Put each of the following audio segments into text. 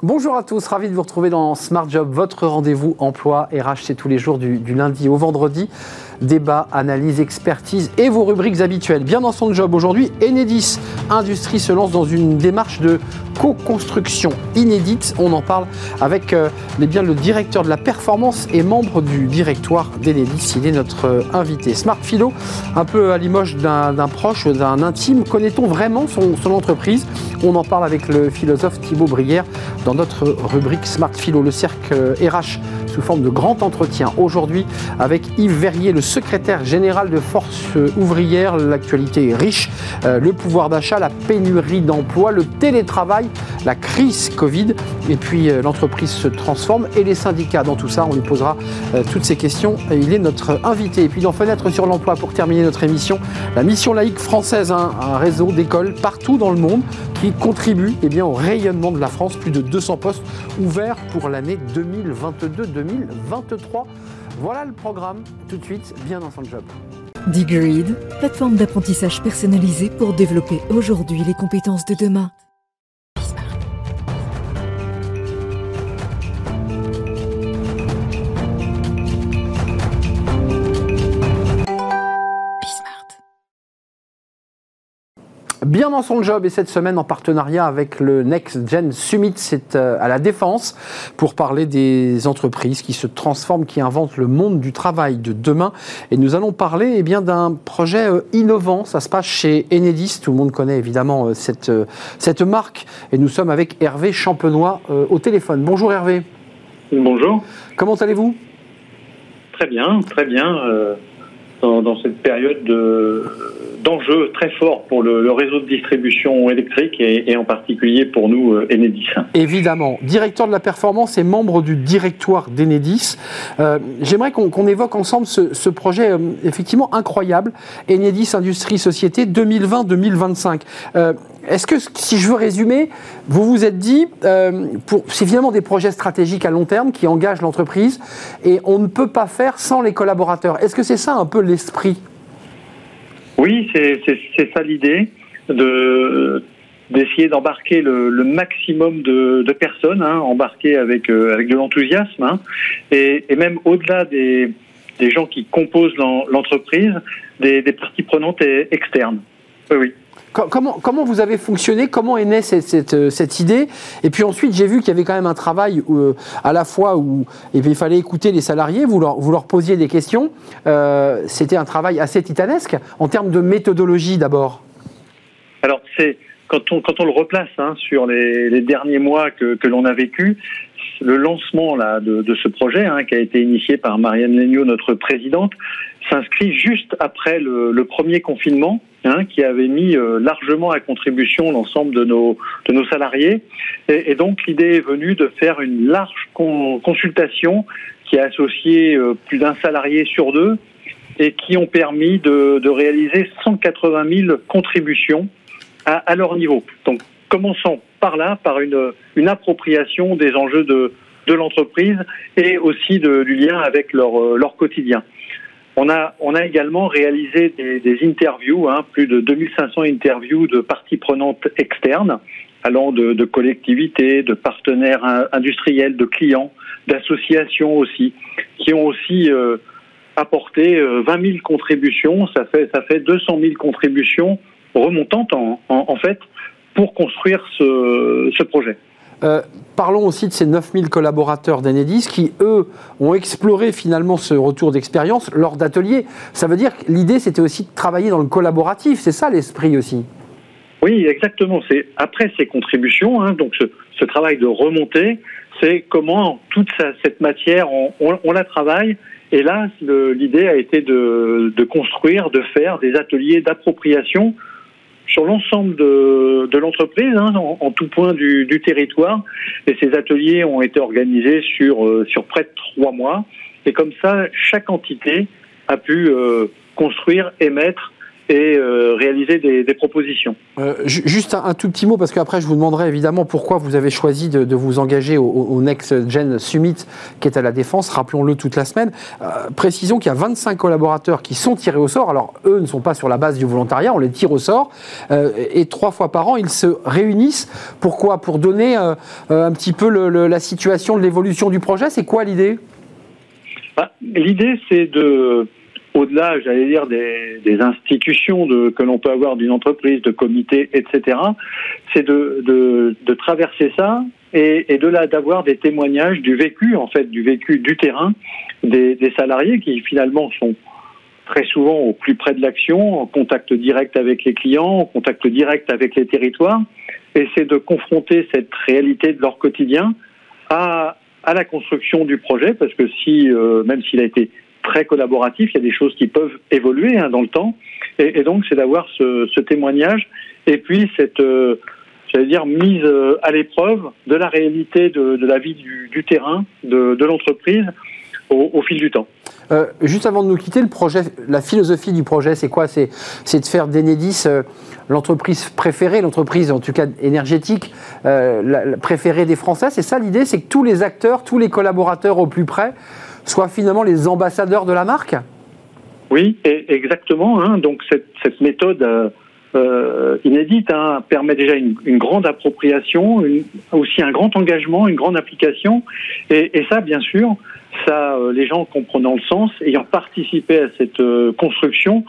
Bonjour à tous, ravi de vous retrouver dans Smart Job, votre rendez-vous emploi RH, c'est tous les jours du lundi au vendredi. Débat, analyse, expertise et vos rubriques habituelles. Bien dans son job aujourd'hui, Enedis Industrie se lance dans une démarche de co-construction inédite. On en parle avec le directeur de la performance et membre du directoire d'Enedis. Il est notre invité. Smart Philo, un peu à l'image d'un proche, d'un intime. Connaît-on vraiment son entreprise? On en parle avec le philosophe Thibaut Brière dans notre rubrique Smart Philo. Le cercle RH sous forme de grand entretien aujourd'hui avec Yves Verrier, le secrétaire général de Force ouvrière. L'actualité est riche, le pouvoir d'achat, la pénurie d'emploi, le télétravail, la crise Covid et puis l'entreprise se transforme et les syndicats. Dans tout ça, on lui posera toutes ces questions et il est notre invité. Et puis dans Fenêtre sur l'emploi, pour terminer notre émission, la mission laïque française, un réseau d'écoles partout dans le monde qui contribue au rayonnement de la France. Plus de 200 postes ouverts pour l'année 2022-2023. Voilà le programme, tout de suite, bien dans son job. Digreed, plateforme d'apprentissage personnalisée pour développer aujourd'hui les compétences de demain. Bien dans son job et cette semaine en partenariat avec le Next Gen Summit, c'est à la Défense pour parler des entreprises qui se transforment, qui inventent le monde du travail de demain. Et nous allons parler d'un projet innovant. Ça se passe chez Enedis. Tout le monde connaît évidemment cette marque. Et nous sommes avec Hervé Champenois au téléphone. Bonjour Hervé. Bonjour. Comment allez-vous ? Très bien, très bien. Dans cette période d'enjeux très forts pour le réseau de distribution électrique et en particulier pour nous, Enedis. Évidemment. Directeur de la performance et membre du directoire d'Enedis. J'aimerais qu'on évoque ensemble ce projet effectivement incroyable, Enedis Industrie Société 2020-2025. Est-ce que, si je veux résumer, vous vous êtes dit, c'est finalement des projets stratégiques à long terme qui engagent l'entreprise et on ne peut pas faire sans les collaborateurs. Est-ce que c'est ça un peu l'esprit ? Oui, c'est ça l'idée, d'essayer d'embarquer le maximum de personnes, embarquer avec de l'enthousiasme, et même au-delà des gens qui composent l'entreprise, des parties prenantes et externes. Oui. Comment vous avez fonctionné? Comment est née cette idée? Et puis ensuite, j'ai vu qu'il y avait quand même un travail à la fois où il fallait écouter les salariés, vous leur posiez des questions. C'était un travail assez titanesque en termes de méthodologie d'abord. Alors, quand on le replace sur les derniers mois que l'on a vécu, le lancement de ce projet qui a été initié par Marianne Legnaud, notre présidente, s'inscrit juste après le premier confinement, qui avait mis largement à contribution l'ensemble de nos salariés. Et donc l'idée est venue de faire une large consultation qui a associé plus d'un salarié sur deux et qui ont permis de réaliser 180 000 contributions à leur niveau. Donc commençons par là, par une appropriation des enjeux de l'entreprise et aussi du lien avec leur quotidien. On a également réalisé des interviews, plus de 2500 interviews de parties prenantes externes, allant de collectivités, de partenaires industriels, de clients, d'associations aussi, qui ont aussi apporté 20 000 contributions. Ça fait 200 000 contributions remontantes en fait pour construire ce projet. Parlons aussi de ces 9000 collaborateurs d'Enedis qui, eux, ont exploré finalement ce retour d'expérience lors d'ateliers. Ça veut dire que l'idée, c'était aussi de travailler dans le collaboratif. C'est ça l'esprit aussi. Oui, exactement. C'est après ces contributions, donc ce travail de remontée, c'est comment toute cette matière, on la travaille. Et là, l'idée a été de construire, de faire des ateliers d'appropriation sur l'ensemble de l'entreprise, en tout point du territoire. Et ces ateliers ont été organisés sur près de 3 mois. Et comme ça, chaque entité a pu construire, émettre et réaliser des propositions. Juste un tout petit mot, parce qu'après je vous demanderai évidemment pourquoi vous avez choisi de vous engager au Next Gen Summit qui est à la Défense, rappelons-le toute la semaine. Précisons qu'il y a 25 collaborateurs qui sont tirés au sort, alors eux ne sont pas sur la base du volontariat, on les tire au sort, et 3 fois par an ils se réunissent. Pourquoi ? Pour donner un petit peu la situation de l'évolution du projet, c'est quoi l'idée ? L'idée c'est au-delà, j'allais dire, des institutions que l'on peut avoir d'une entreprise, de comités, etc., c'est de traverser ça et d'avoir des témoignages du vécu du terrain des salariés qui finalement sont très souvent au plus près de l'action, en contact direct avec les clients, en contact direct avec les territoires, et c'est de confronter cette réalité de leur quotidien à la construction du projet, parce que même s'il a été très collaboratif, il y a des choses qui peuvent évoluer dans le temps, et donc c'est d'avoir ce témoignage, et puis cette, j'allais dire, mise à l'épreuve de la réalité de la vie du terrain, de l'entreprise, au fil du temps. Juste avant de nous quitter, le projet, la philosophie du projet, c'est quoi ? C'est de faire d'Enedis l'entreprise préférée, l'entreprise en tout cas énergétique, la préférée des Français. C'est ça l'idée, c'est que tous les acteurs, tous les collaborateurs au plus près soient finalement les ambassadeurs de la marque ? Oui, exactement. Donc cette méthode inédite permet déjà une grande appropriation, aussi un grand engagement, une grande application. Et ça, bien sûr, les gens comprenant le sens, ayant participé à cette construction,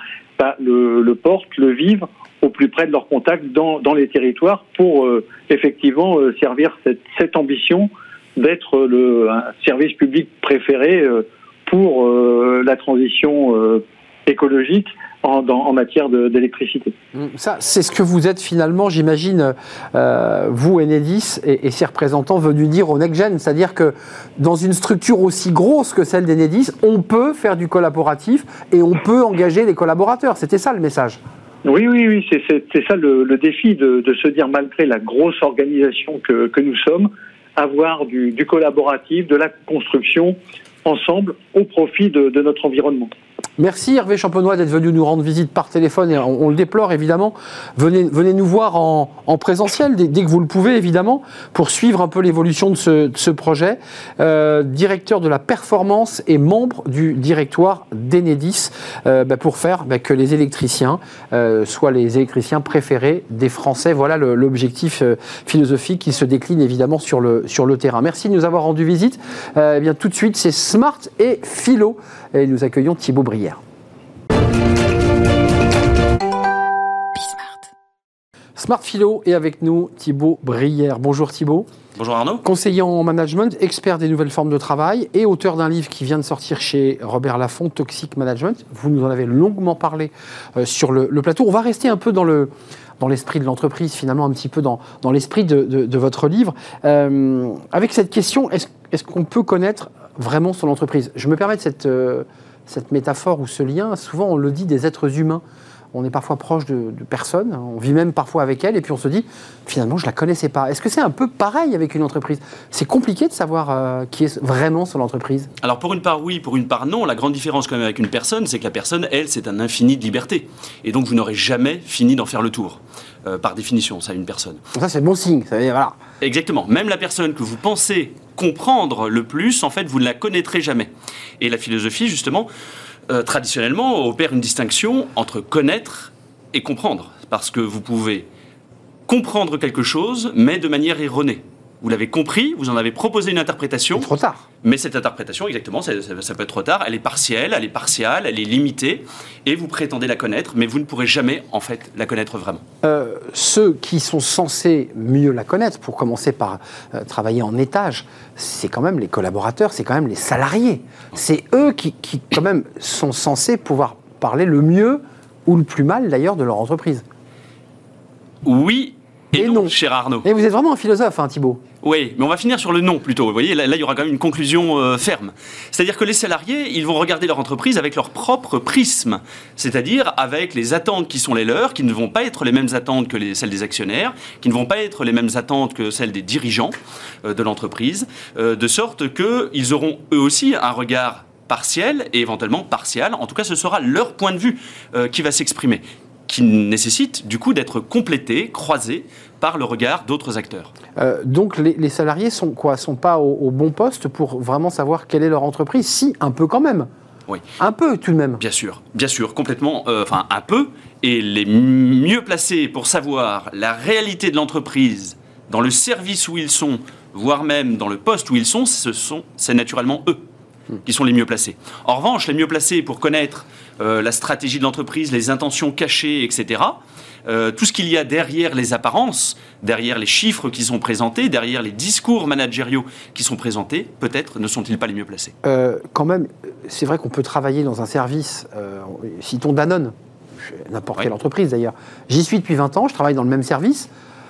le portent, le vivent au plus près de leur contact dans les territoires pour effectivement servir cette ambition d'être un service public préféré pour la transition écologique en matière d'électricité. Ça, c'est ce que vous êtes finalement, j'imagine, vous, Enedis, et ses représentants venus dire au Next Gen, c'est-à-dire que dans une structure aussi grosse que celle d'Enedis, on peut faire du collaboratif et on peut engager les collaborateurs. C'était ça le message. Oui, c'est ça le défi de se dire, malgré la grosse organisation que nous sommes, avoir du collaboratif, de la construction ensemble au profit de notre environnement. Merci Hervé Champenois d'être venu nous rendre visite par téléphone, et on le déplore évidemment. Venez nous voir en présentiel dès que vous le pouvez évidemment, pour suivre un peu l'évolution de ce projet. Directeur de la performance et membre du directoire d'Enedis, pour faire que les électriciens soient les électriciens préférés des Français. Voilà l'objectif philosophique qui se décline évidemment sur le terrain. Merci de nous avoir rendu visite. Bien, tout de suite, c'est Smart et Philo. Et nous accueillons Thibaut Brière. Smart Philo est avec nous, Thibaut Brière. Bonjour Thibaut. Bonjour Arnaud. Conseiller en management, expert des nouvelles formes de travail et auteur d'un livre qui vient de sortir chez Robert Laffont, Toxic Management. Vous nous en avez longuement parlé sur le plateau. On va rester un peu dans l'esprit de l'entreprise, finalement un petit peu dans l'esprit de votre livre. Avec cette question, est-ce qu'on peut connaître vraiment son entreprise ? Je me permets de cette métaphore ou ce lien. Souvent, on le dit des êtres humains. On est parfois proche de personnes, on vit même parfois avec elles, et puis on se dit, finalement, je ne la connaissais pas. Est-ce que c'est un peu pareil avec une entreprise ? C'est compliqué de savoir qui est vraiment son entreprise. Alors pour une part oui, pour une part non. La grande différence quand même avec une personne, c'est que la personne, elle, c'est un infini de liberté. Et donc vous n'aurez jamais fini d'en faire le tour. Par définition, ça, une personne. Ça, c'est bon signe. Ça veut dire, voilà. Exactement. Même la personne que vous pensez comprendre le plus, en fait, vous ne la connaîtrez jamais. Et la philosophie, justement, traditionnellement, opère une distinction entre connaître et comprendre. Parce que vous pouvez comprendre quelque chose, mais de manière erronée. Vous l'avez compris, vous en avez proposé une interprétation. C'est trop tard. Mais cette interprétation, exactement, ça peut être trop tard. Elle est partielle, elle est partiale, elle est limitée. Et vous prétendez la connaître, mais vous ne pourrez jamais, en fait, la connaître vraiment. Ceux qui sont censés mieux la connaître, pour commencer par travailler en étage, c'est quand même les collaborateurs, c'est quand même les salariés. C'est eux qui quand même, sont censés pouvoir parler le mieux ou le plus mal, d'ailleurs, de leur entreprise. Oui et non, cher Arnaud. Et vous êtes vraiment un philosophe, hein, Thibaut. Oui, mais on va finir sur le non plutôt. Vous voyez, là, il y aura quand même une conclusion ferme. C'est-à-dire que les salariés, ils vont regarder leur entreprise avec leur propre prisme. C'est-à-dire avec les attentes qui sont les leurs, qui ne vont pas être les mêmes attentes que celles des actionnaires, qui ne vont pas être les mêmes attentes que celles des dirigeants de l'entreprise, de sorte qu'ils auront eux aussi un regard partiel et éventuellement partial. En tout cas, ce sera leur point de vue qui va s'exprimer. qui nécessite du coup d'être complété, croisé par le regard d'autres acteurs. Donc les salariés sont pas au bon poste pour vraiment savoir quelle est leur entreprise? Si, un peu quand même. Oui. Un peu tout de même. Bien sûr, complètement, un peu. Et les mieux placés pour savoir la réalité de l'entreprise, dans le service où ils sont, voire même dans le poste où ils sont, c'est naturellement eux qui sont les mieux placés. En revanche, les mieux placés pour connaître la stratégie de l'entreprise, les intentions cachées, etc., tout ce qu'il y a derrière les apparences, derrière les chiffres qui sont présentés, derrière les discours managériaux qui sont présentés, peut-être ne sont-ils pas les mieux placés. Quand même, c'est vrai qu'on peut travailler dans un service, citons Danone, n'importe quelle entreprise d'ailleurs. J'y suis depuis 20 ans, je travaille dans le même service.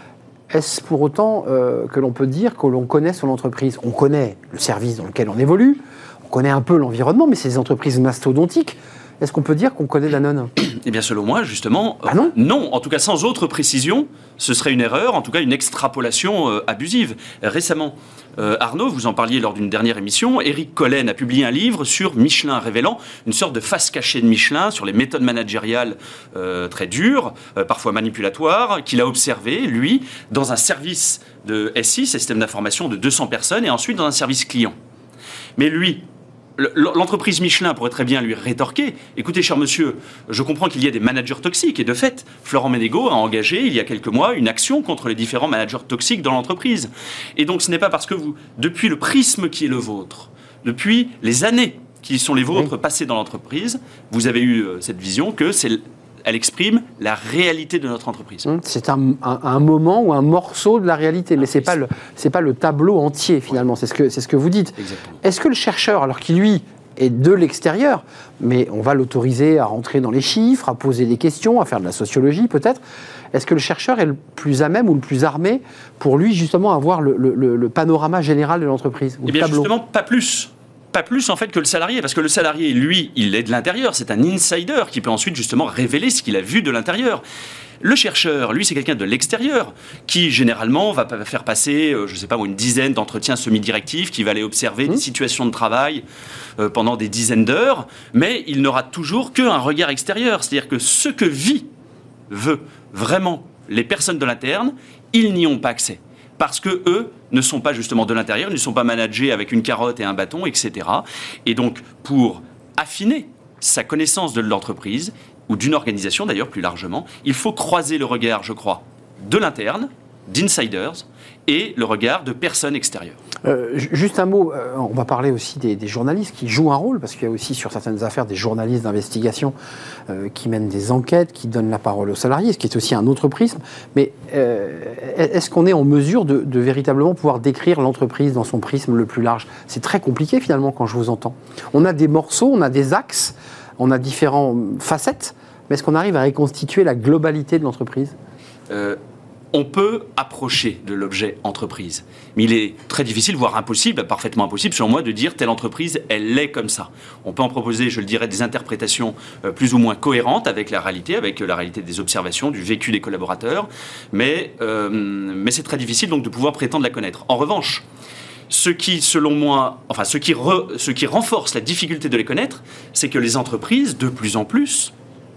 Est-ce pour autant que l'on peut dire que l'on connaît son entreprise? On connaît le service dans lequel on évolue, on connaît un peu l'environnement, mais c'est des entreprises mastodontiques. Est-ce qu'on peut dire qu'on connaît Danone? Eh bien, selon moi, justement, non. En tout cas, sans autre précision, ce serait une erreur, en tout cas une extrapolation abusive. Récemment, Arnaud, vous en parliez lors d'une dernière émission, Éric Collen a publié un livre sur Michelin, révélant une sorte de face cachée de Michelin sur les méthodes managériales très dures, parfois manipulatoires, qu'il a observé, lui, dans un service de SI, système d'information de 200 personnes, et ensuite dans un service client. Mais lui, l'entreprise Michelin pourrait très bien lui rétorquer « Écoutez, cher monsieur, je comprends qu'il y a des managers toxiques. » Et de fait, Florent Menegaux a engagé, il y a quelques mois, une action contre les différents managers toxiques dans l'entreprise. Et donc, ce n'est pas parce que vous, depuis le prisme qui est le vôtre, depuis les années qui sont les vôtres passées dans l'entreprise, vous avez eu cette vision que elle exprime la réalité de notre entreprise. C'est un moment ou un morceau de la réalité, mais c'est pas le tableau entier finalement. C'est ce que vous dites. Exactement. Est-ce que le chercheur, alors qu'il lui est de l'extérieur, mais on va l'autoriser à rentrer dans les chiffres, à poser des questions, à faire de la sociologie peut-être, est-ce que le chercheur est le plus à même ou le plus armé pour lui justement avoir le panorama général de l'entreprise ou Eh bien le tableau? justement, pas plus. Pas plus en fait que le salarié, parce que le salarié, lui, il est de l'intérieur, c'est un insider qui peut ensuite justement révéler ce qu'il a vu de l'intérieur. Le chercheur, lui, c'est quelqu'un de l'extérieur qui, généralement, va faire passer, je ne sais pas, une dizaine d'entretiens semi-directifs, qui va aller observer des situations de travail pendant des dizaines d'heures, mais il n'aura toujours qu'un regard extérieur. C'est-à-dire que ce que veut vraiment les personnes de l'interne, ils n'y ont pas accès. Parce que eux ne sont pas justement de l'intérieur, ne sont pas managés avec une carotte et un bâton, etc. Et donc, pour affiner sa connaissance de l'entreprise, ou d'une organisation d'ailleurs plus largement, il faut croiser le regard, je crois, de l'interne, d'insiders, et le regard de personnes extérieures. Juste un mot, on va parler aussi des journalistes qui jouent un rôle, parce qu'il y a aussi sur certaines affaires des journalistes d'investigation qui mènent des enquêtes, qui donnent la parole aux salariés, ce qui est aussi un autre prisme. Mais est-ce qu'on est en mesure de véritablement pouvoir décrire l'entreprise dans son prisme le plus large? C'est très compliqué finalement quand je vous entends. On a des morceaux, on a des axes, on a différentes facettes, mais est-ce qu'on arrive à reconstituer la globalité de l'entreprise? On peut approcher de l'objet entreprise, mais il est très difficile, voire impossible, parfaitement impossible, selon moi, de dire telle entreprise, elle est comme ça. On peut en proposer, je le dirais, des interprétations plus ou moins cohérentes avec la réalité des observations, du vécu des collaborateurs, mais c'est très difficile donc de pouvoir prétendre la connaître. En revanche, ce qui, selon moi, ce qui renforce la difficulté de les connaître, c'est que les entreprises, de plus en plus,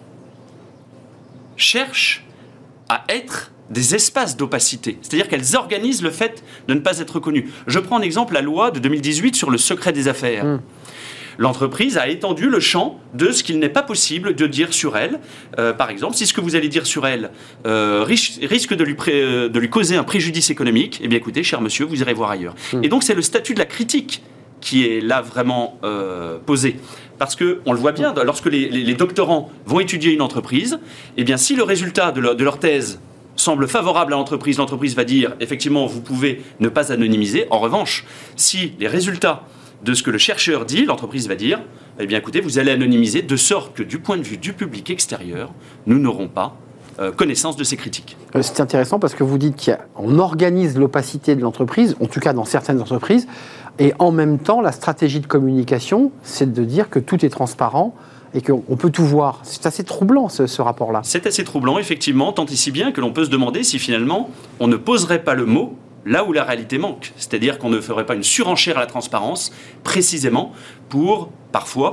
cherchent à être des espaces d'opacité. C'est-à-dire qu'elles organisent le fait de ne pas être connues. Je prends en exemple la loi de 2018 sur le secret des affaires. L'entreprise a étendu le champ de ce qu'il n'est pas possible de dire sur elle. Par exemple, si ce que vous allez dire sur elle risque de lui causer un préjudice économique, eh bien écoutez, cher monsieur, vous irez voir ailleurs. Et donc c'est le statut de la critique qui est là vraiment posé. Parce qu'on le voit bien, lorsque les doctorants vont étudier une entreprise, eh bien si le résultat de leur thèse semble favorable à l'entreprise va dire, effectivement, vous pouvez ne pas anonymiser. En revanche, si les résultats de ce que le chercheur dit, l'entreprise va dire, eh bien écoutez, vous allez anonymiser de sorte que du point de vue du public extérieur, nous n'aurons pas connaissance de ces critiques. C'est intéressant parce que vous dites qu'on organise l'opacité de l'entreprise, en tout cas dans certaines entreprises, et en même temps, la stratégie de communication, c'est de dire que tout est transparent et qu'on peut tout voir. C'est assez troublant, ce rapport-là. C'est assez troublant, effectivement, tant et si bien que l'on peut se demander si finalement, on ne poserait pas le mot là où la réalité manque. C'est-à-dire qu'on ne ferait pas une surenchère à la transparence, précisément pour, parfois,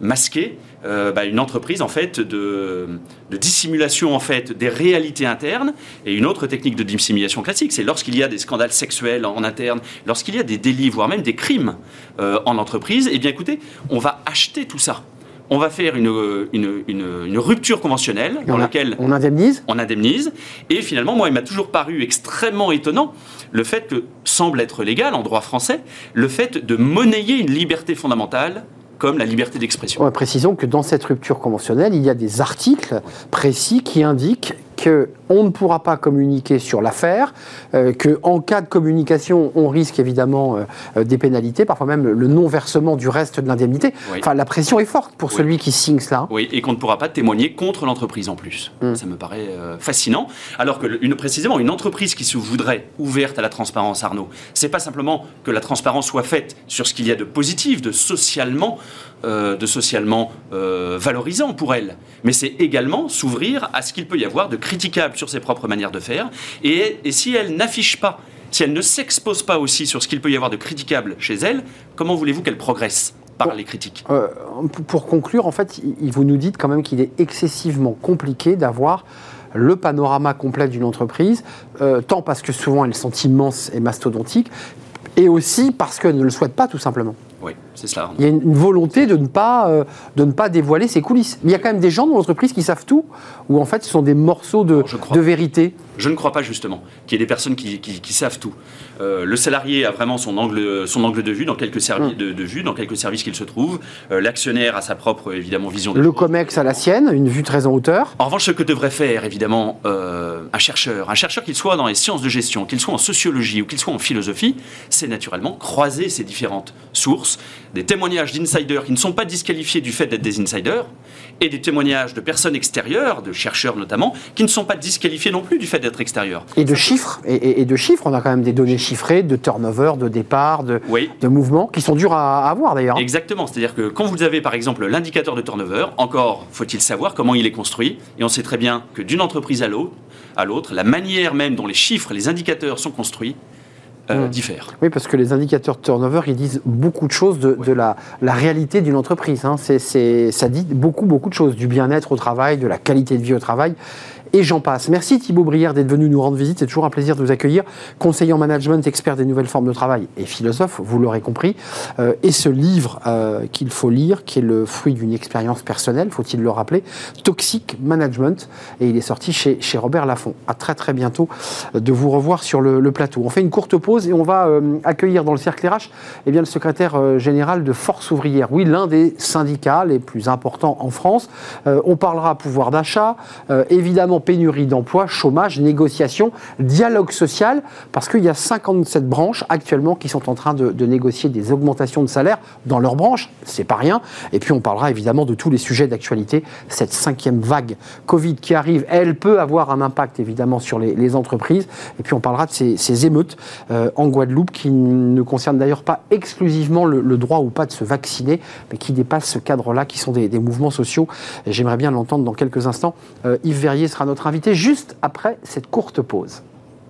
masquer une entreprise en fait de dissimulation en fait des réalités internes, et une autre technique de dissimulation classique, c'est lorsqu'il y a des scandales sexuels en interne, lorsqu'il y a des délits, voire même des crimes en entreprise, eh bien écoutez, on va acheter tout ça. On va faire une rupture conventionnelle dans laquelle on indemnise. On indemnise. Et finalement, moi, il m'a toujours paru extrêmement étonnant le fait que, semble être légal en droit français, le fait de monnayer une liberté fondamentale comme la liberté d'expression. Précisons que dans cette rupture conventionnelle, il y a des articles précis qui indiquent qu'on ne pourra pas communiquer sur l'affaire, qu'en cas de communication, on risque évidemment des pénalités, parfois même le non-versement du reste de l'indemnité. Oui. Enfin, la pression est forte pour celui qui signe cela. Oui, et qu'on ne pourra pas témoigner contre l'entreprise en plus. Ça me paraît fascinant. Alors que, précisément, une entreprise qui se voudrait ouverte à la transparence, Arnaud, c'est pas simplement que la transparence soit faite sur ce qu'il y a de positif, de socialement valorisant pour elle, mais c'est également s'ouvrir à ce qu'il peut y avoir de critiquable sur ses propres manières de faire, et si elle n'affiche pas, si elle ne s'expose pas aussi sur ce qu'il peut y avoir de critiquable chez elle, comment voulez-vous qu'elle progresse par les critiques ? Pour conclure, en fait, vous nous dites quand même qu'il est excessivement compliqué d'avoir le panorama complet d'une entreprise, tant parce que souvent elles sont immenses et mastodontiques, et aussi parce qu'elles ne le souhaitent pas tout simplement. Oui, c'est cela. Il y a une volonté de ne pas dévoiler ses coulisses. Mais il y a quand même des gens dans l'entreprise qui savent tout, ou en fait ce sont des morceaux de vérité. Je ne crois pas justement qu'il y ait des personnes qui savent tout. Le salarié a vraiment son angle de vue dans quelques services qu'il se trouve. L'actionnaire a sa propre évidemment vision. Le COMEX a la sienne, une vue très en hauteur. En revanche, ce que devrait faire évidemment un chercheur qu'il soit dans les sciences de gestion, qu'il soit en sociologie ou qu'il soit en philosophie, c'est naturellement croiser ces différentes sources, des témoignages d'insiders qui ne sont pas disqualifiés du fait d'être des insiders, et des témoignages de personnes extérieures, de chercheurs notamment, qui ne sont pas disqualifiés non plus du fait d'être extérieurs. Et de chiffres, et de chiffres, on a quand même des données chiffrées, de turnover, de départ, de mouvements, qui sont durs à avoir d'ailleurs. Exactement, c'est-à-dire que quand vous avez par exemple l'indicateur de turnover, encore faut-il savoir comment il est construit, et on sait très bien que d'une entreprise à l'autre, la manière même dont les chiffres, les indicateurs sont construits, diffèrent. Oui, parce que les indicateurs de turnover, ils disent beaucoup de choses de la réalité d'une entreprise. Hein. Ça dit beaucoup de choses, du bien-être au travail, de la qualité de vie au travail. Et j'en passe. Merci Thibaut Brière d'être venu nous rendre visite. C'est toujours un plaisir de vous accueillir. Conseiller en management, expert des nouvelles formes de travail et philosophe, vous l'aurez compris. Et ce livre qu'il faut lire, qui est le fruit d'une expérience personnelle, faut-il le rappeler, Toxic Management. Et il est sorti chez Robert Laffont. À très très bientôt de vous revoir sur le plateau. On fait une courte pause et on va accueillir dans le cercle RH le secrétaire général de Force Ouvrière. Oui, l'un des syndicats les plus importants en France. On parlera pouvoir d'achat, évidemment pénurie d'emploi, chômage, négociation, dialogue social, parce qu'il y a 57 branches actuellement qui sont en train de négocier des augmentations de salaire dans leurs branches, c'est pas rien. Et puis on parlera évidemment de tous les sujets d'actualité. Cette 5e vague Covid qui arrive, elle peut avoir un impact évidemment sur les entreprises. Et puis on parlera de ces émeutes en Guadeloupe qui ne concernent d'ailleurs pas exclusivement le droit ou pas de se vacciner, mais qui dépassent ce cadre-là, qui sont des mouvements sociaux. Et j'aimerais bien l'entendre dans quelques instants. Yves Verrier sera notre invité juste après cette courte pause.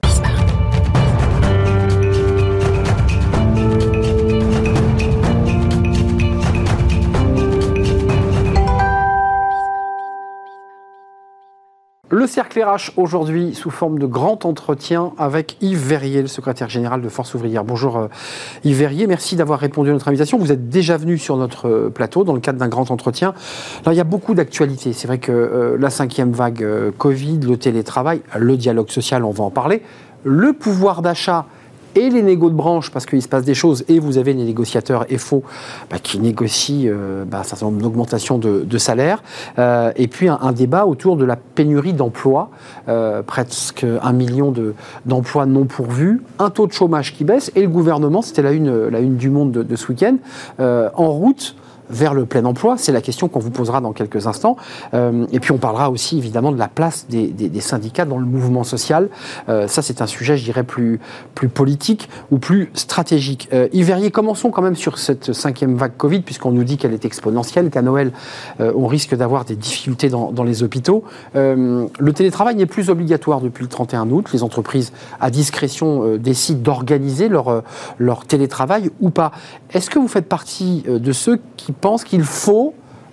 Le cercle RH aujourd'hui sous forme de grand entretien avec Yves Verrier, le secrétaire général de Force Ouvrière. Bonjour Yves Verrier, merci d'avoir répondu à notre invitation. Vous êtes déjà venu sur notre plateau dans le cadre d'un grand entretien. Alors, il y a beaucoup d'actualités. C'est vrai que la 5e vague Covid, le télétravail, le dialogue social, on va en parler. Le pouvoir d'achat et les négos de branche, parce qu'il se passe des choses, et vous avez les négociateurs FO qui négocient un certain nombre d'augmentations de salaire, et puis un débat autour de la pénurie d'emplois, presque 1 million d'emplois non pourvus, un taux de chômage qui baisse, et le gouvernement, c'était la une du Monde de ce week-end, en route vers le plein emploi. C'est la question qu'on vous posera dans quelques instants. Et puis on parlera aussi évidemment de la place des syndicats dans le mouvement social. Ça c'est un sujet, je dirais, plus politique ou plus stratégique. Yves Verrier, commençons quand même sur cette 5e vague Covid, puisqu'on nous dit qu'elle est exponentielle, qu'à Noël on risque d'avoir des difficultés dans les hôpitaux. Le télétravail n'est plus obligatoire depuis le 31 août. Les entreprises à discrétion décident d'organiser leur télétravail ou pas. Est-ce que vous faites partie de ceux qui pensent qu'il faut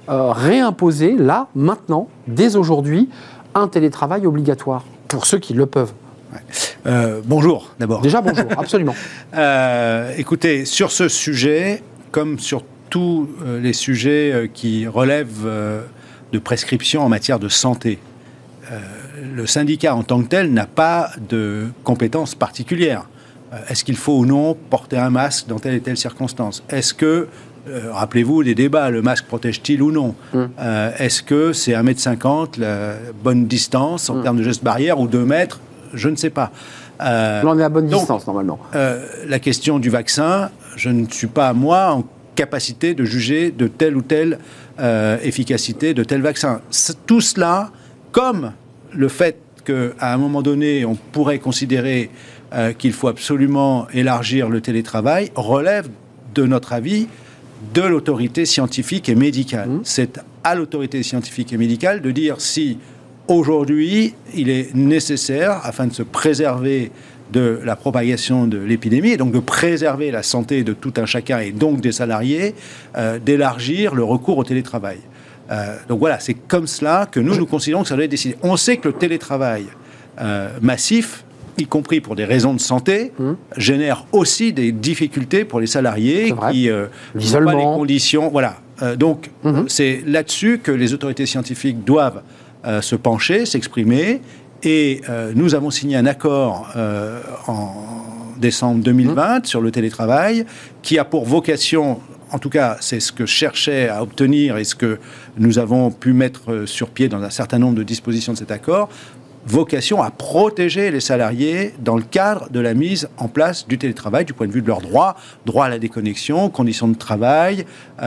réimposer, là, maintenant, dès aujourd'hui, un télétravail obligatoire pour ceux qui le peuvent? Bonjour, d'abord. Déjà, bonjour, absolument. Écoutez, sur ce sujet, comme sur tous les sujets qui relèvent de prescription en matière de santé, le syndicat en tant que tel n'a pas de compétences particulières. Est-ce qu'il faut ou non porter un masque dans telle et telle circonstance? Est-ce que, rappelez-vous des débats, le masque protège-t-il ou non? Est-ce que c'est 1,50 m la bonne distance en termes de gestes barrières ou 2 mètres? Je ne sais pas. Là, on est à bonne distance, normalement. La question du vaccin, je ne suis pas, moi, en capacité de juger de telle ou telle efficacité de tel vaccin. Tout cela, comme le fait qu'à un moment donné, on pourrait considérer qu'il faut absolument élargir le télétravail, relève, de notre avis, de l'autorité scientifique et médicale. C'est à l'autorité scientifique et médicale de dire si, aujourd'hui, il est nécessaire, afin de se préserver de la propagation de l'épidémie, et donc de préserver la santé de tout un chacun, et donc des salariés, d'élargir le recours au télétravail. Donc voilà, c'est comme cela que nous considérons que ça doit être décidé. On sait que le télétravail massif, y compris pour des raisons de santé, génère aussi des difficultés pour les salariés qui n'ont pas les conditions. Voilà. Donc c'est là-dessus que les autorités scientifiques doivent se pencher, s'exprimer. Et nous avons signé un accord en décembre 2020 sur le télétravail qui a pour vocation, en tout cas c'est ce que je cherchais à obtenir et ce que nous avons pu mettre sur pied dans un certain nombre de dispositions de cet accord, vocation à protéger les salariés dans le cadre de la mise en place du télétravail, du point de vue de leurs droits, droit à la déconnexion, conditions de travail,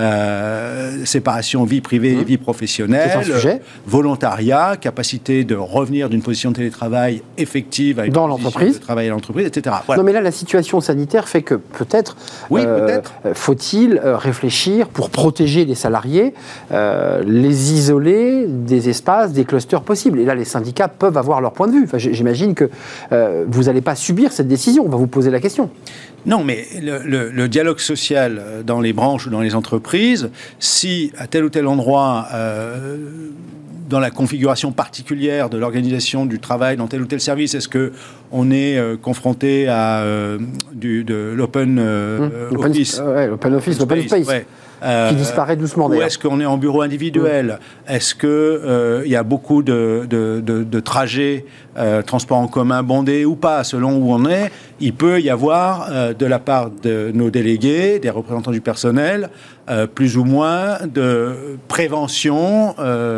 séparation vie privée et vie professionnelle, volontariat, capacité de revenir d'une position de télétravail effective à une dans position l'entreprise, de travail à l'entreprise, etc. Voilà. Non mais là, la situation sanitaire fait que peut-être, faut-il réfléchir pour protéger les salariés, les isoler des espaces, des clusters possibles. Et là, les syndicats peuvent avoir leur point de vue. Enfin, j'imagine que vous n'allez pas subir cette décision. On va vous poser la question. Non, mais le dialogue social dans les branches ou dans les entreprises, si à tel ou tel endroit, dans la configuration particulière de l'organisation du travail dans tel ou tel service, est-ce qu'on est confronté à de l'open office, l'open office, l'open space, qui disparaît doucement d'ailleurs. Ou est-ce qu'on est en bureau individuel? Est-ce qu'il y a beaucoup de trajets, transports en commun bondés ou pas, selon où on est? Il peut y avoir, de la part de nos délégués, des représentants du personnel, plus ou moins de prévention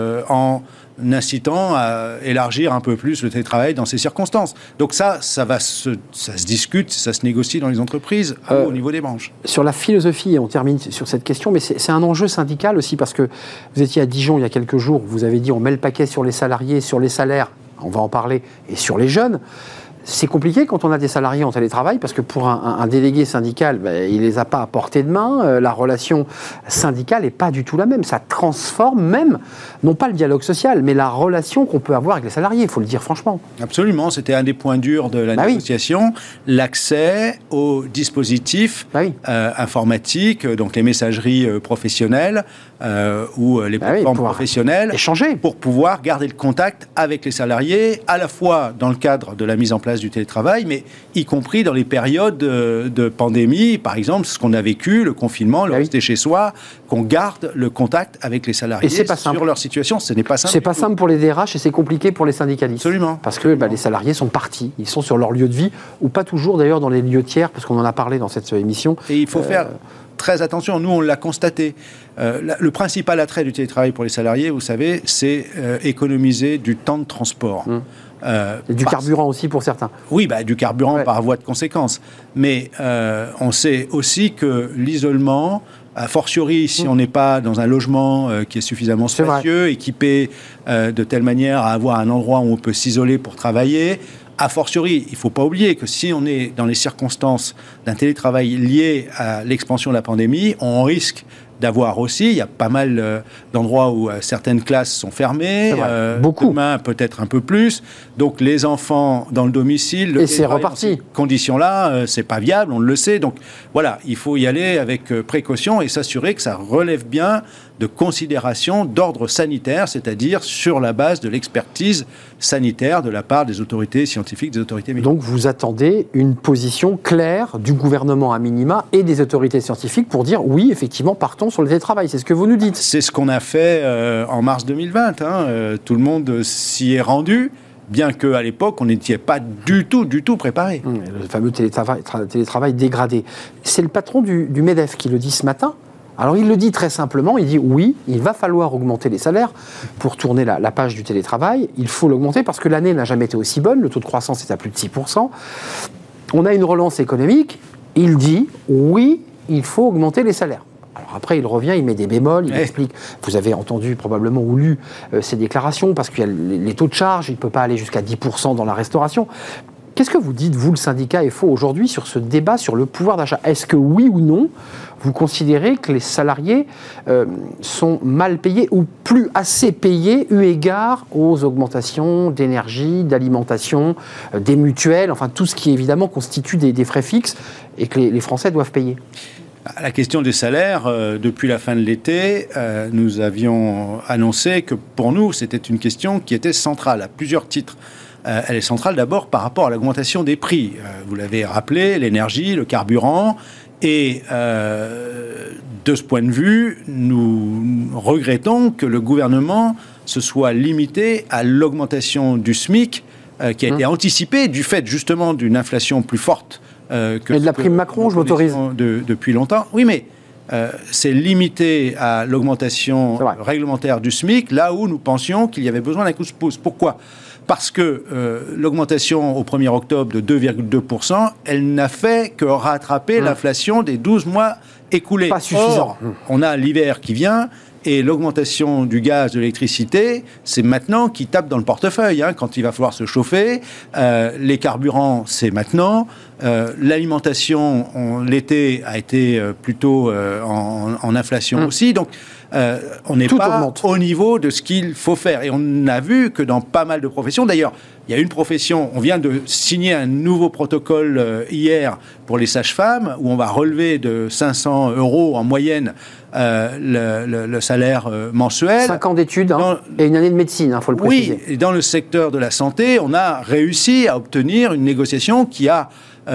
en incitant à élargir un peu plus le télétravail dans ces circonstances. Donc ça se discute, ça se négocie dans les entreprises ou au niveau des branches. Sur la philosophie, et on termine sur cette question, mais c'est un enjeu syndical aussi, parce que vous étiez à Dijon il y a quelques jours, vous avez dit on met le paquet sur les salariés, sur les salaires, on va en parler, et sur les jeunes. C'est compliqué quand on a des salariés en télétravail, parce que pour un délégué syndical, il ne les a pas à portée de main. La relation syndicale n'est pas du tout la même. Ça transforme même, non pas le dialogue social, mais la relation qu'on peut avoir avec les salariés, il faut le dire franchement. Absolument, c'était un des points durs de la négociation, l'accès aux dispositifs informatiques, donc les messageries professionnelles ou les plateformes professionnelles, échanger, pour pouvoir garder le contact avec les salariés, à la fois dans le cadre de la mise en place du télétravail, mais y compris dans les périodes de pandémie, par exemple, ce qu'on a vécu, le confinement, le rester chez soi, qu'on garde le contact avec les salariés sur leur situation. Ce n'est pas simple. C'est pas simple pour les DRH et c'est compliqué pour les syndicalistes. Absolument. Parce que les salariés sont partis, ils sont sur leur lieu de vie, ou pas toujours d'ailleurs dans les lieux tiers, parce qu'on en a parlé dans cette émission. Et il faut faire très attention, nous on l'a constaté. Le principal attrait du télétravail pour les salariés, vous savez, c'est économiser du temps de transport. Et du carburant aussi pour certains. Oui, du carburant par voie de conséquence. Mais on sait aussi que l'isolement, a fortiori si on n'est pas dans un logement qui est suffisamment spacieux, équipé de telle manière à avoir un endroit où on peut s'isoler pour travailler, a fortiori, il ne faut pas oublier que si on est dans les circonstances d'un télétravail lié à l'expansion de la pandémie, on risque d'avoir aussi, il y a pas mal d'endroits où certaines classes sont fermées, beaucoup. Demain peut-être un peu plus, donc les enfants dans le domicile, et c'est reparti. Dans ces conditions-là, c'est pas viable, on le sait, donc voilà, il faut y aller avec précaution et s'assurer que ça relève bien de considération d'ordre sanitaire, c'est-à-dire sur la base de l'expertise sanitaire de la part des autorités scientifiques, des autorités médicales. Donc vous attendez une position claire du gouvernement à minima et des autorités scientifiques pour dire oui, effectivement, partons sur le télétravail. C'est ce que vous nous dites. C'est ce qu'on a fait en mars 2020. Tout le monde s'y est rendu, bien qu'à l'époque, on n'était pas du tout préparé. Le fameux télétravail dégradé. C'est le patron du MEDEF qui le dit ce matin. Alors il le dit très simplement, il dit oui, il va falloir augmenter les salaires pour tourner la page du télétravail. Il faut l'augmenter parce que l'année n'a jamais été aussi bonne, le taux de croissance est à plus de 6%. On a une relance économique, il dit oui, il faut augmenter les salaires. Alors après, il revient, il met des bémols, il explique. Vous avez entendu probablement ou lu ces déclarations, parce qu'il y a les taux de charge, il ne peut pas aller jusqu'à 10% dans la restauration. Qu'est-ce que vous dites, vous, le syndicat FO, aujourd'hui, sur ce débat sur le pouvoir d'achat ? Est-ce que oui ou non, vous considérez que les salariés sont mal payés ou plus assez payés eu égard aux augmentations d'énergie, d'alimentation, des mutuelles, enfin tout ce qui évidemment constitue des frais fixes et que les Français doivent payer ? La question des salaires, depuis la fin de l'été, nous avions annoncé que pour nous, c'était une question qui était centrale à plusieurs titres. Elle est centrale d'abord par rapport à l'augmentation des prix. Vous l'avez rappelé, l'énergie, le carburant. Et de ce point de vue, nous regrettons que le gouvernement se soit limité à l'augmentation du SMIC qui a été anticipée du fait justement d'une inflation plus forte que... Et de la prime Macron, je m'autorise. Depuis longtemps. Oui, mais... c'est limité à l'augmentation réglementaire du SMIC, là où nous pensions qu'il y avait besoin d'un coup de pouce. Pourquoi ? Parce que l'augmentation au 1er octobre de 2,2%, elle n'a fait que rattraper l'inflation des 12 mois écoulés. Pas suffisant. Or, on a l'hiver qui vient, et l'augmentation du gaz, de l'électricité, c'est maintenant qui tape dans le portefeuille, quand il va falloir se chauffer. Les carburants, c'est maintenant. L'alimentation, l'été, a été plutôt en inflation aussi. Donc, on n'est pas au niveau de ce qu'il faut faire. Et on a vu que dans pas mal de professions, d'ailleurs, il y a une profession, on vient de signer un nouveau protocole hier pour les sages-femmes, où on va relever de 500 € en moyenne le salaire mensuel. 5 ans d'études et une année de médecine, il faut le préciser. Oui, et dans le secteur de la santé, on a réussi à obtenir une négociation qui a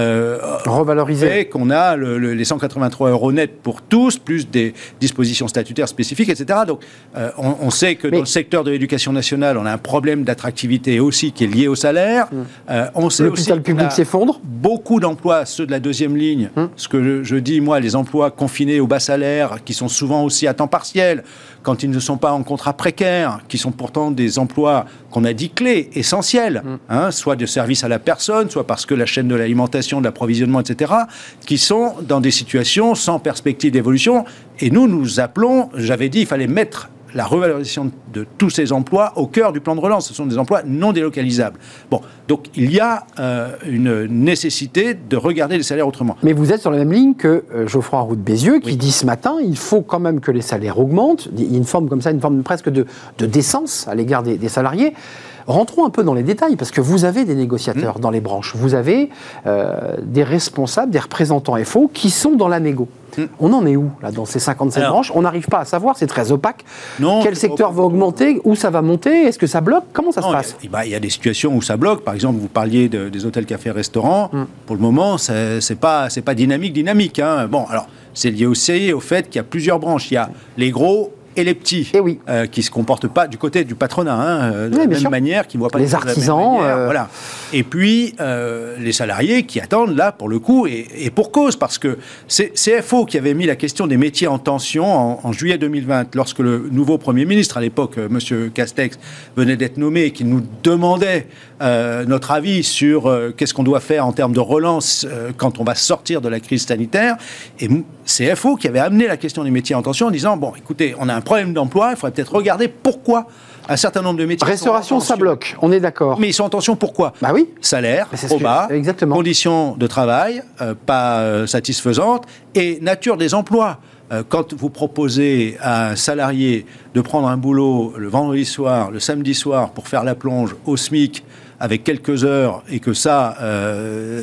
revalorisé. Qu'on a les 183 € nets pour tous, plus des dispositions statutaires spécifiques, etc. Donc, on sait que dans le secteur de l'éducation nationale, on a un problème d'attractivité aussi qui est lié au salaire. On sait aussi l'hôpital public s'effondre. Beaucoup d'emplois, ceux de la deuxième ligne, ce que je dis, moi, les emplois confinés au bas salaire, qui sont souvent aussi à temps partiel, quand ils ne sont pas en contrat précaire, qui sont pourtant des emplois qu'on a dit clés, essentiels, soit de service à la personne, soit parce que la chaîne de l'alimentation, de l'approvisionnement, etc., qui sont dans des situations sans perspective d'évolution. Et nous appelons, j'avais dit, il fallait mettre la revalorisation de tous ces emplois au cœur du plan de relance. Ce sont des emplois non délocalisables. Bon, donc il y a une nécessité de regarder les salaires autrement. Mais vous êtes sur la même ligne que Geoffroy Roux de Bézieux, qui dit ce matin, il faut quand même que les salaires augmentent. Il y a une forme comme ça, une forme presque de décence à l'égard des salariés. Rentrons un peu dans les détails, parce que vous avez des négociateurs dans les branches. Vous avez des responsables, des représentants FO qui sont dans la négo. On en est où, là, dans ces 57 branches ? On n'arrive pas à savoir, c'est très opaque. Quel secteur va augmenter ? Où ça va monter ? Est-ce que ça bloque ? Comment ça se passe ? Il y a des situations où ça bloque. Par exemple, vous parliez des hôtels, cafés, restaurants. Pour le moment, c'est pas dynamique. Bon, alors, c'est lié aussi au fait qu'il y a plusieurs branches. Il y a les gros et les petits, qui ne se comportent pas du côté du patronat, de la même manière, qui ne voient pas les artisans. Voilà. Et puis, les salariés qui attendent, là, pour le coup, et pour cause, parce que c'est CFO qui avait mis la question des métiers en tension en juillet 2020, lorsque le nouveau Premier ministre, à l'époque, M. Castex, venait d'être nommé et qui nous demandait notre avis sur qu'est-ce qu'on doit faire en termes de relance quand on va sortir de la crise sanitaire. Et CFO qui avait amené la question des métiers en tension en disant, bon, écoutez, on a un problème d'emploi, il faudrait peut-être regarder pourquoi un certain nombre de métiers... Restauration, ça bloque, on est d'accord. Mais ils sont en tension, pourquoi ? Bah oui. Salaire, trop bas, conditions de travail pas satisfaisantes, et nature des emplois. Quand vous proposez à un salarié de prendre un boulot le vendredi soir, le samedi soir, pour faire la plonge au SMIC, avec quelques heures, et que ça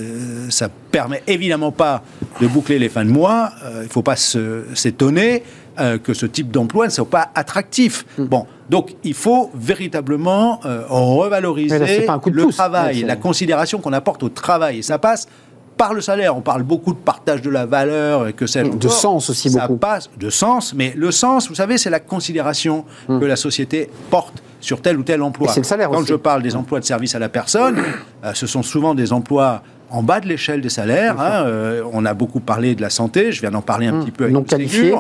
permet évidemment pas de boucler les fins de mois, il ne faut pas s'étonner que ce type d'emploi ne soit pas attractif. Bon, donc il faut véritablement revaloriser le travail, la considération qu'on apporte au travail. Et ça passe par le salaire. On parle beaucoup de partage de la valeur et que c'est de sens aussi beaucoup. Ça passe de sens, mais le sens, vous savez, c'est la considération que la société porte sur tel ou tel emploi. Et c'est le salaire Quand aussi. je parle des emplois de service à la personne, ce sont souvent des emplois en bas de l'échelle des salaires. On a beaucoup parlé de la santé, je viens d'en parler un petit peu avec non qualifié.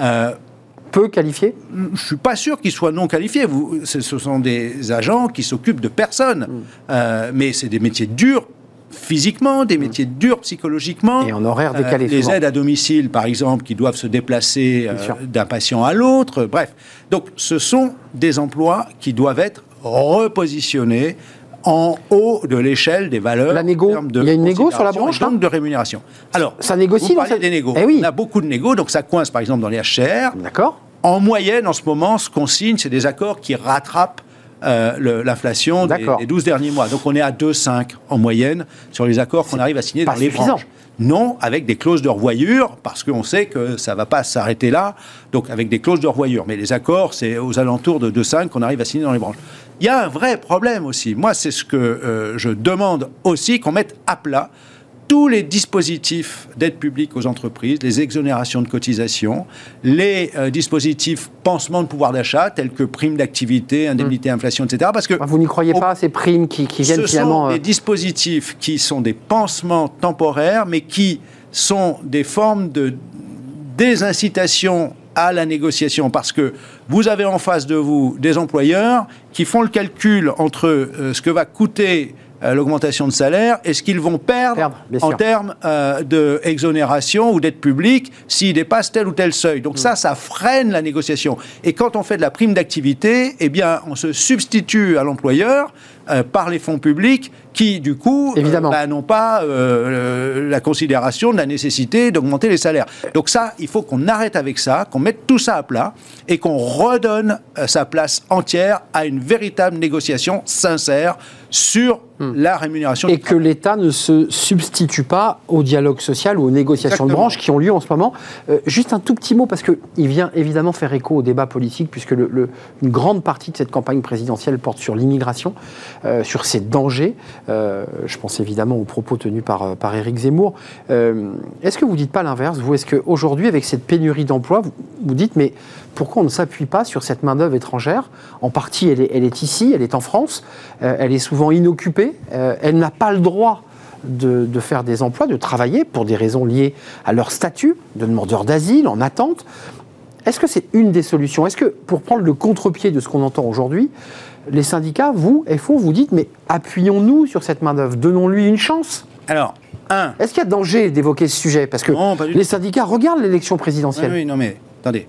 Peu qualifiés ? Je ne suis pas sûr qu'ils soient non qualifiés. Ce sont des agents qui s'occupent de personnes. Mais c'est des métiers durs physiquement, des métiers durs psychologiquement. Et en horaire décalé. Les aides à domicile, par exemple, qui doivent se déplacer d'un patient à l'autre. Bref. Donc, ce sont des emplois qui doivent être repositionnés en haut de l'échelle des valeurs. La négo, il y a une négo sur la branche, donc de rémunération. Alors, ça négocie vous parlez des négos. Eh oui. On a beaucoup de négos, donc ça coince, par exemple, dans les HCR. D'accord. En moyenne, en ce moment, ce qu'on signe, c'est des accords qui rattrapent l'inflation des 12 derniers mois. Donc on est à 2,5 en moyenne sur les accords qu'on arrive à signer dans les branches. Non, avec des clauses de revoyure, parce qu'on sait que ça ne va pas s'arrêter là, donc avec des clauses de revoyure. Mais les accords, c'est aux alentours de 2,5 qu'on arrive à signer dans les branches. Il y a un vrai problème aussi. Moi, c'est ce que je demande aussi, qu'on mette à plat tous les dispositifs d'aide publique aux entreprises, les exonérations de cotisations, les dispositifs pansement de pouvoir d'achat, tels que primes d'activité, indemnité inflation, etc. Parce que vous n'y croyez pas, ces primes qui viennent finalement... Ce sont des dispositifs qui sont des pansements temporaires, mais qui sont des formes de désincitation à la négociation, parce que vous avez en face de vous des employeurs qui font le calcul entre ce que va coûter l'augmentation de salaire et ce qu'ils vont perdre en termes d'exonération ou d'aide publique s'ils dépassent tel ou tel seuil. Donc ça freine la négociation. Et quand on fait de la prime d'activité, eh bien, on se substitue à l'employeur par les fonds publics qui, du coup, n'ont pas la considération de la nécessité d'augmenter les salaires. Donc ça, il faut qu'on arrête avec ça, qu'on mette tout ça à plat et qu'on redonne sa place entière à une véritable négociation sincère sur la rémunération. Et que l'État ne se substitue pas au dialogue social ou aux négociations de branche qui ont lieu en ce moment. Juste un tout petit mot, parce qu'il vient évidemment faire écho au débat politique, puisque une grande partie de cette campagne présidentielle porte sur l'immigration, sur ses dangers. Je pense évidemment aux propos tenus par Éric Zemmour. Est-ce que vous ne dites pas l'inverse, vous ? Est-ce qu'aujourd'hui, avec cette pénurie d'emploi, vous dites, mais pourquoi on ne s'appuie pas sur cette main-d'œuvre étrangère ? En partie, elle est ici, elle est en France, elle est souvent inoccupée, elle n'a pas le droit de faire des emplois, de travailler pour des raisons liées à leur statut de demandeur d'asile, en attente. Est-ce que c'est une des solutions ? Est-ce que, pour prendre le contre-pied de ce qu'on entend aujourd'hui, les syndicats, vous, FO, vous dites, mais appuyons-nous sur cette main-d'œuvre, donnons-lui une chance ? Alors, est-ce qu'il y a danger d'évoquer ce sujet ? Parce que les syndicats regardent l'élection présidentielle. Oui, non, mais attendez.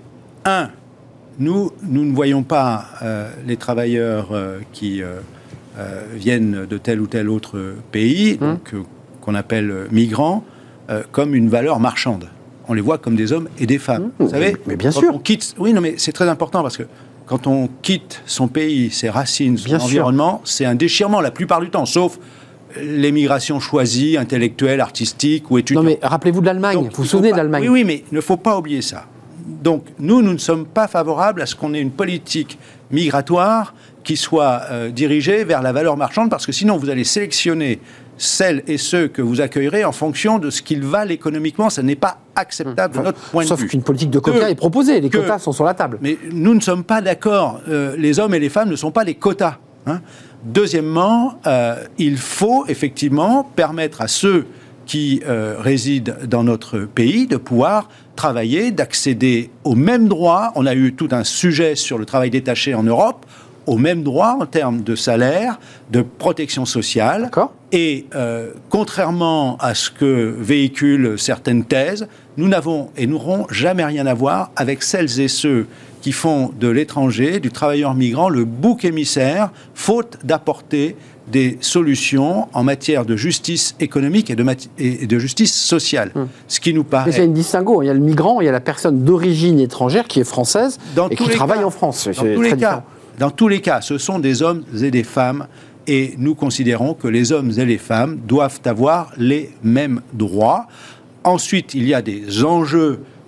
Nous ne voyons pas les travailleurs qui viennent de tel ou tel autre pays, donc qu'on appelle migrants, comme une valeur marchande. On les voit comme des hommes et des femmes. Vous savez, mais bien sûr. Oui, non, mais c'est très important parce que quand on quitte son pays, ses racines, son environnement, c'est un déchirement la plupart du temps, sauf l'émigration choisie, intellectuelle, artistique ou étudiante. Non, mais rappelez-vous de l'Allemagne. Donc, vous vous souvenez de l'Allemagne ? Oui, mais il ne faut pas oublier ça. Donc, nous ne sommes pas favorables à ce qu'on ait une politique migratoire qui soit dirigée vers la valeur marchande, parce que sinon, vous allez sélectionner celles et ceux que vous accueillerez en fonction de ce qu'ils valent économiquement. Ça n'est pas acceptable de notre point de vue. Sauf qu'une politique de quotas est proposée. Les quotas sont sur la table. Mais nous ne sommes pas d'accord. Les hommes et les femmes ne sont pas des quotas. Deuxièmement, il faut effectivement permettre à ceux qui résident dans notre pays de pouvoir travailler, d'accéder aux mêmes droits. On a eu tout un sujet sur le travail détaché en Europe, aux mêmes droits en termes de salaire, de protection sociale. Et contrairement à ce que véhiculent certaines thèses, nous n'avons et n'aurons jamais rien à voir avec celles et ceux qui font de l'étranger, du travailleur migrant, le bouc émissaire, faute d'apporter des solutions en matière de justice économique et de justice sociale. Ce qui nous paraît... Mais il y a une distinguo. Il y a le migrant, il y a la personne d'origine étrangère qui est française et qui travaille en France. Dans tous les cas, ce sont des hommes et des femmes, et nous considérons que les hommes et les femmes doivent avoir les mêmes droits. Ensuite, il y a des enjeux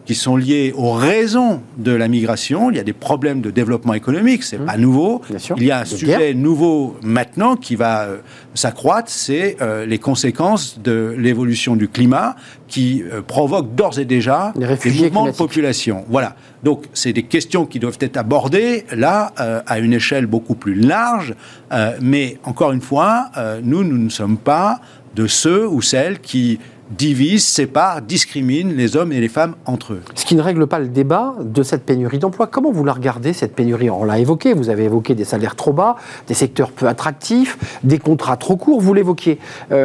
qui sont liés aux raisons de la migration. Il y a des problèmes de développement économique, c'est pas nouveau. Il y a un sujet nouveau maintenant qui va s'accroître, c'est les conséquences de l'évolution du climat qui provoque d'ores et déjà des mouvements de population. Voilà. Donc, c'est des questions qui doivent être abordées, là, à une échelle beaucoup plus large. Mais, encore une fois, nous ne sommes pas de ceux ou celles qui divisent, séparent, discriminent les hommes et les femmes entre eux. Ce qui ne règle pas le débat de cette pénurie d'emploi. Comment vous la regardez, cette pénurie? On l'a évoqué, vous avez évoqué des salaires trop bas, des secteurs peu attractifs, des contrats trop courts, vous l'évoquiez.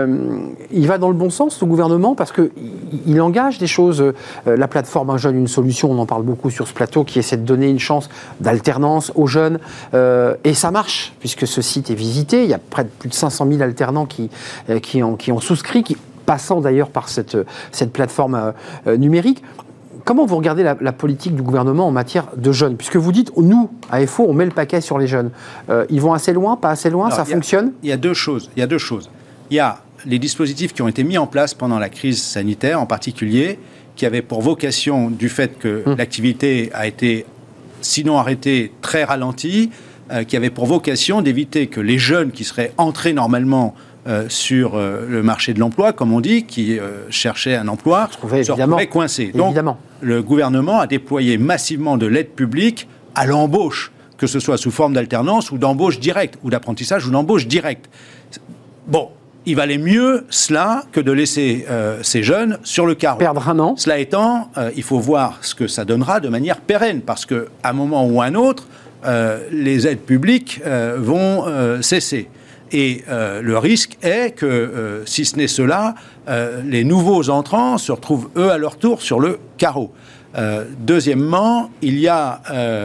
Il va dans le bon sens, le gouvernement, parce qu'il engage des choses. La plateforme Un jeune, une solution, on en parle beaucoup sur ce plateau, qui essaie de donner une chance d'alternance aux jeunes. Et ça marche, puisque ce site est visité. Il y a près de plus de 500 000 alternants qui ont souscrit, passant d'ailleurs par cette plateforme numérique. Comment vous regardez la politique du gouvernement en matière de jeunes? Puisque vous dites, nous, à FO, on met le paquet sur les jeunes. Ils vont assez loin, pas assez loin, alors, ça fonctionne? Il y a deux choses. Il y a les dispositifs qui ont été mis en place pendant la crise sanitaire, en particulier, qui avaient pour vocation, du fait que l'activité a été, sinon arrêtée, très ralentie, qui avaient pour vocation d'éviter que les jeunes qui seraient entrés normalement sur le marché de l'emploi, comme on dit, qui cherchaient un emploi, se retrouvaient coincés. Donc, le gouvernement a déployé massivement de l'aide publique à l'embauche, que ce soit sous forme d'alternance ou d'embauche directe, ou d'apprentissage ou d'embauche directe. Bon, il valait mieux cela que de laisser ces jeunes sur le carreau. Perdre un an. Cela étant, il faut voir ce que ça donnera de manière pérenne, parce qu'à un moment ou à un autre, les aides publiques vont cesser. Et le risque est que, si ce n'est cela, les nouveaux entrants se retrouvent, eux, à leur tour, sur le carreau. Deuxièmement, il y a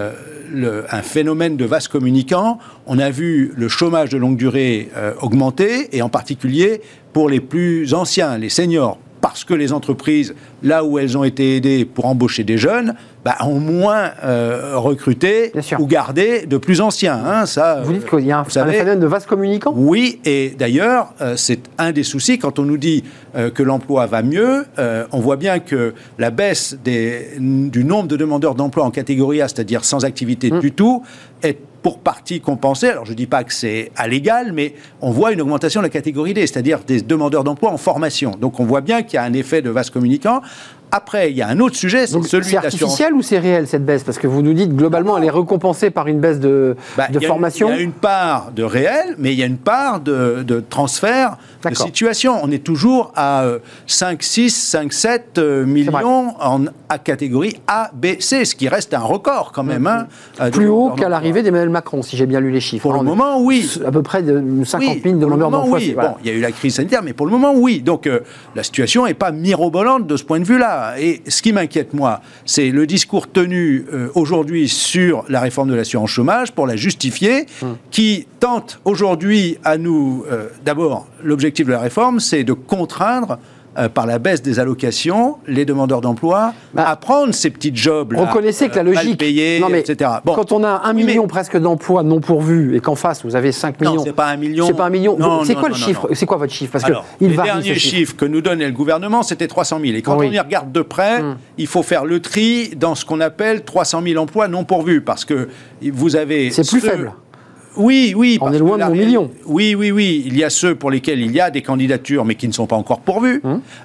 un phénomène de vase communicant. On a vu le chômage de longue durée augmenter, et en particulier pour les plus anciens, les seniors, parce que les entreprises, là où elles ont été aidées pour embaucher des jeunes, ont moins recruté ou gardé de plus anciens. Hein, ça, vous dites qu'il y a un phénomène de vase communicant? Oui, et d'ailleurs, c'est un des soucis. Quand on nous dit que l'emploi va mieux, on voit bien que la baisse du nombre de demandeurs d'emploi en catégorie A, c'est-à-dire sans activité du tout, est pour partie compensée. Alors, je ne dis pas que c'est à l'égal, mais on voit une augmentation de la catégorie D, c'est-à-dire des demandeurs d'emploi en formation. Donc, on voit bien qu'il y a un effet de vase communicant. Après, il y a un autre sujet, c'est celui de l'assurance. C'est artificiel ou c'est réel, cette baisse? Parce que vous nous dites, globalement, elle est récompensée par une baisse de formation. Il y a une part de réel, mais il y a une part de transfert de situation. On est toujours à 5, 6, 5, 7 millions à catégorie A, B, C, ce qui reste un record quand même. Plus haut qu'à l'arrivée d'Emmanuel Macron, si j'ai bien lu les chiffres. Pour le moment, oui. À peu près de 50 000 demandeurs d'emploi. Oui. Bon, il y a eu la crise sanitaire, mais pour le moment, oui. Donc, la situation n'est pas mirobolante de ce point de vue-là. Et ce qui m'inquiète, moi, c'est le discours tenu aujourd'hui sur la réforme de l'assurance chômage pour la justifier, qui tente aujourd'hui à nous... D'abord, l'objectif de la réforme, c'est de contraindre par la baisse des allocations, les demandeurs d'emploi, à prendre ces petits jobs là, reconnaissez que la logique, mal payés, etc. Bon. Quand on a 1 million presque d'emplois non pourvus et qu'en face vous avez 5 millions... Non, c'est pas 1 million. C'est pas 1 million. C'est quoi le chiffre? C'est quoi votre chiffre? Parce alors, que les derniers chiffres que nous donnait le gouvernement, c'était 300 000. Et quand on y regarde de près, il faut faire le tri dans ce qu'on appelle 300 000 emplois non pourvus. Parce que vous avez... C'est plus faible. Oui. On est loin de mon million. Oui. Il y a ceux pour lesquels il y a des candidatures, mais qui ne sont pas encore pourvus.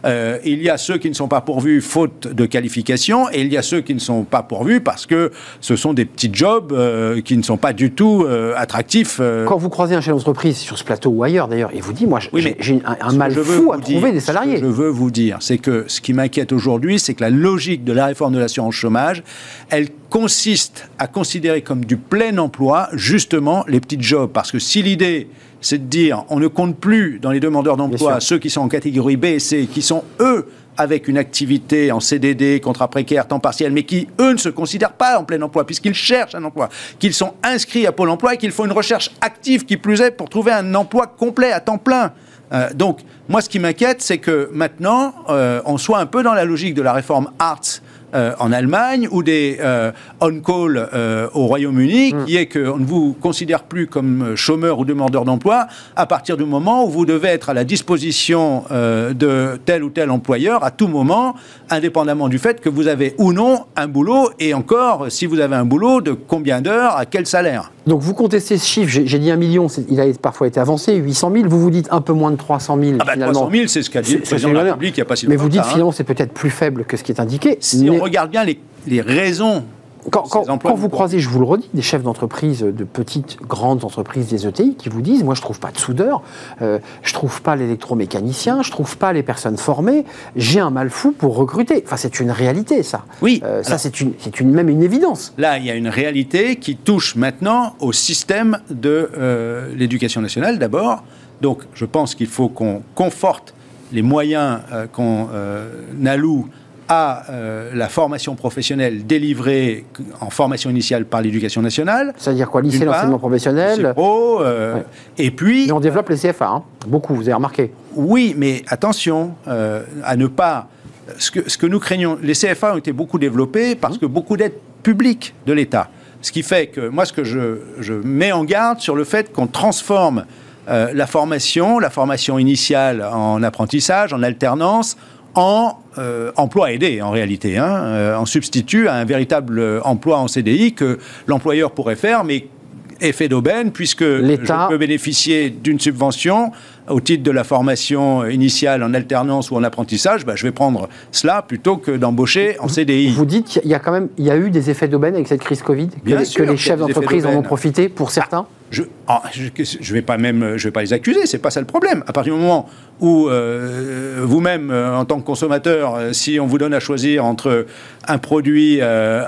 Il y a ceux qui ne sont pas pourvus faute de qualification, et il y a ceux qui ne sont pas pourvus parce que ce sont des petits jobs qui ne sont pas du tout attractifs. Quand vous croisez un chef d'entreprise sur ce plateau ou ailleurs d'ailleurs, il vous dit, moi j'ai un mal fou à trouver des salariés. Ce que je veux vous dire, c'est que ce qui m'inquiète aujourd'hui, c'est que la logique de la réforme de l'assurance chômage, elle consiste à considérer comme du plein emploi, justement, les petits jobs. Parce que si l'idée, c'est de dire, on ne compte plus dans les demandeurs d'emploi ceux qui sont en catégorie B et C, qui sont, eux, avec une activité en CDD, contrat précaire, temps partiel, mais qui, eux, ne se considèrent pas en plein emploi, puisqu'ils cherchent un emploi, qu'ils sont inscrits à Pôle emploi et qu'ils font une recherche active, qui plus est, pour trouver un emploi complet, à temps plein. Donc, moi, ce qui m'inquiète, c'est que maintenant, on soit un peu dans la logique de la réforme Hartz, en Allemagne ou des on-call au Royaume-Uni, qui est qu'on ne vous considère plus comme chômeur ou demandeur d'emploi à partir du moment où vous devez être à la disposition de tel ou tel employeur à tout moment, indépendamment du fait que vous avez ou non un boulot, et encore, si vous avez un boulot, de combien d'heures, à quel salaire. Donc vous contestez ce chiffre, j'ai dit 1 million, il a parfois été avancé, 800 000, vous dites un peu moins de 300 000 finalement. 300 000, c'est ce qu'a dit le président de la République il n'y a pas si longtemps. Mais vous dites finalement c'est peut-être plus faible que ce qui est indiqué. Si on regarde bien les raisons... Quand vous croisez, je vous le redis, des chefs d'entreprise, de petites, grandes entreprises, des ETI, qui vous disent, moi je ne trouve pas de soudeur, je ne trouve pas l'électromécanicien, je ne trouve pas les personnes formées, j'ai un mal fou pour recruter. Enfin, c'est une réalité, ça. Oui. Ça, c'est même une évidence. Là, il y a une réalité qui touche maintenant au système de l'éducation nationale, d'abord. Donc, je pense qu'il faut qu'on conforte les moyens qu'on alloue à la formation professionnelle délivrée en formation initiale par l'éducation nationale. C'est-à-dire quoi? Lycée, l'enseignement professionnel pro, et puis... Mais on développe les CFA, hein, beaucoup, vous avez remarqué. Oui, mais attention à ne pas... Ce que nous craignons, les CFA ont été beaucoup développés parce que beaucoup d'aides publiques de l'État. Ce qui fait que, moi, ce que je mets en garde sur le fait qu'on transforme la formation initiale en apprentissage, en alternance, en emploi aidé, en réalité, en substitut à un véritable emploi en CDI que l'employeur pourrait faire, mais effet d'aubaine, puisque je peux bénéficier d'une subvention au titre de la formation initiale en alternance ou en apprentissage, je vais prendre cela plutôt que d'embaucher en CDI. Vous dites qu'il y a quand même eu des effets d'aubaine avec cette crise Covid, que les chefs d'entreprise en ont profité pour certains. Je vais pas les accuser, c'est pas ça le problème. À partir du moment où vous-même, en tant que consommateur, si on vous donne à choisir entre un produit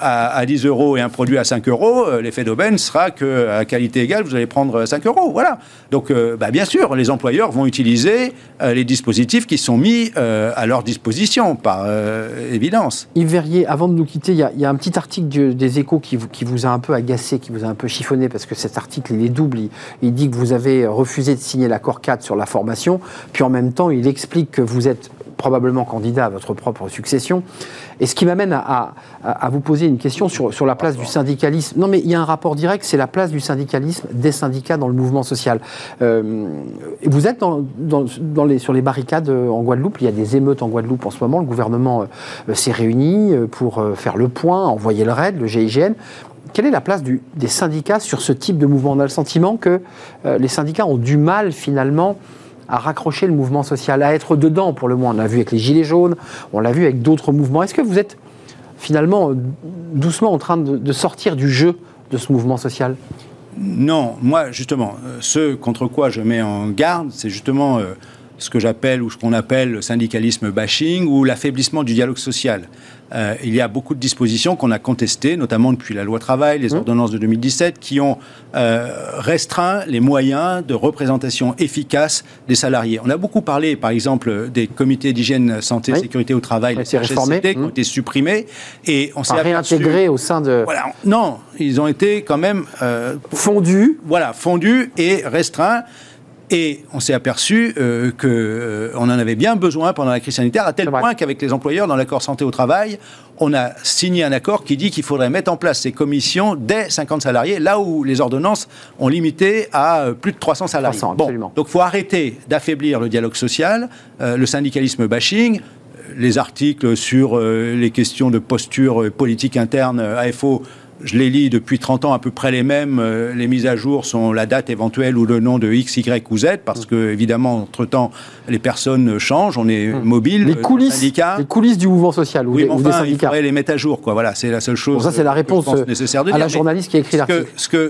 à 10 € et un produit à 5 €, l'effet d'aubaine sera qu'à qualité égale, vous allez prendre 5 €. Voilà. Donc, bien sûr, les employeurs vont utiliser les dispositifs qui sont mis à leur disposition, par évidence. Yves Verrier, avant de nous quitter, il y a un petit article des Échos qui vous a un peu agacé, qui vous a un peu chiffonné, parce que cet article, il est double. Il dit que vous avez refusé de signer l'accord 4 sur la formation, puis en même temps, il explique que vous êtes probablement candidat à votre propre succession. Et ce qui m'amène à vous poser une question sur la place du syndicalisme. Non, mais il y a un rapport direct, c'est la place du syndicalisme, des syndicats dans le mouvement social. Vous êtes sur les barricades en Guadeloupe, il y a des émeutes en Guadeloupe en ce moment, le gouvernement s'est réuni pour faire le point, envoyer le RAID, le GIGN. Quelle est la place des syndicats sur ce type de mouvement? On a le sentiment que les syndicats ont du mal finalement à raccrocher le mouvement social, à être dedans pour le moins. On l'a vu avec les Gilets jaunes, on l'a vu avec d'autres mouvements. Est-ce que vous êtes finalement doucement en train de sortir du jeu de ce mouvement social? Non, moi justement, ce contre quoi je mets en garde, c'est justement ce que j'appelle ou ce qu'on appelle le syndicalisme bashing ou l'affaiblissement du dialogue social. Il y a beaucoup de dispositions qu'on a contestées, notamment depuis la loi travail, les ordonnances de 2017, qui ont restreint les moyens de représentation efficace des salariés. On a beaucoup parlé, par exemple, des comités d'hygiène, santé, sécurité au travail, les CHSCT, qui ont été supprimés, et on s'est réintégrés au sein de... Voilà, non, ils ont été quand même fondus. Voilà, fondus et restreints. Et on s'est aperçu qu'on en avait bien besoin pendant la crise sanitaire, à tel point qu'avec les employeurs, dans l'accord santé au travail, on a signé un accord qui dit qu'il faudrait mettre en place ces commissions dès 50 salariés, là où les ordonnances ont limité à plus de 300 salariés. 300, donc il faut arrêter d'affaiblir le dialogue social, le syndicalisme bashing. Les articles sur les questions de posture politique interne AFO, je les lis depuis 30 ans, à peu près les mêmes. Les mises à jour sont la date éventuelle ou le nom de X, Y ou Z, parce que, évidemment, entre-temps, les personnes changent, on est mobile. Les coulisses du mouvement social ou des syndicats. Il faudrait les mettre à jour, quoi. Voilà, c'est la seule chose. Bon, ça, c'est la réponse nécessaire de à dire. la journaliste qui a écrit l'article.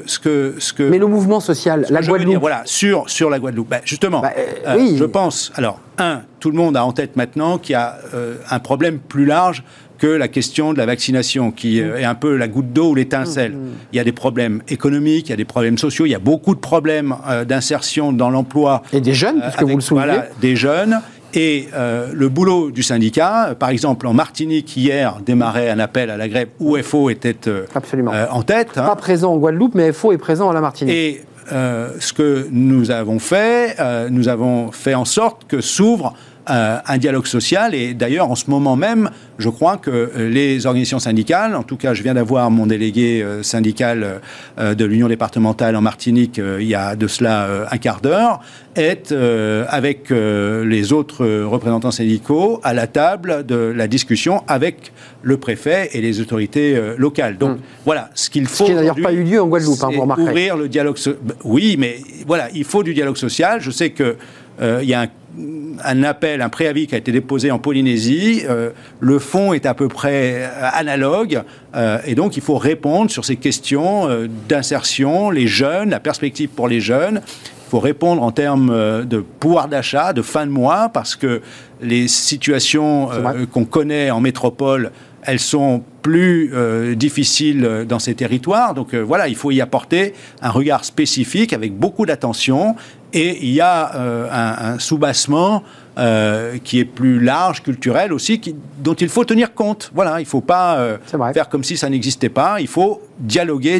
Mais le mouvement social, la Guadeloupe. Voilà, sur la Guadeloupe. Justement, oui. Je pense. Alors, tout le monde a en tête maintenant qu'il y a un problème plus large que la question de la vaccination, qui est un peu la goutte d'eau ou l'étincelle. Il y a des problèmes économiques, il y a des problèmes sociaux, il y a beaucoup de problèmes d'insertion dans l'emploi. Et des jeunes, puisque vous le soulevez. Voilà, des jeunes. Et le boulot du syndicat, par exemple, en Martinique, hier, démarrait un appel à la grève où FO était en tête. Pas présent en Guadeloupe, mais FO est présent à la Martinique. Et ce que nous avons fait en sorte que s'ouvre un dialogue social. Et d'ailleurs, en ce moment même, je crois que les organisations syndicales, en tout cas, je viens d'avoir mon délégué syndical de l'Union départementale en Martinique il y a de cela un quart d'heure, est avec les autres représentants syndicaux à la table de la discussion avec le préfet et les autorités locales. Donc voilà, ce qu'il faut. Ce qui n'a d'ailleurs pas eu lieu en Guadeloupe, vous remarquerez. Ouvrir le dialogue. Oui, mais voilà, il faut du dialogue social. Je sais que il y a un appel, un préavis qui a été déposé en Polynésie. Le fond est à peu près analogue. Et donc, il faut répondre sur ces questions d'insertion, les jeunes, la perspective pour les jeunes. Il faut répondre en termes de pouvoir d'achat, de fin de mois, parce que les situations qu'on connaît en métropole, elles sont plus difficiles dans ces territoires. Donc voilà, il faut y apporter un regard spécifique avec beaucoup d'attention. Et il y a un soubassement qui est plus large, culturel aussi, dont il faut tenir compte. Voilà, il ne faut pas faire comme si ça n'existait pas. Il faut dialoguer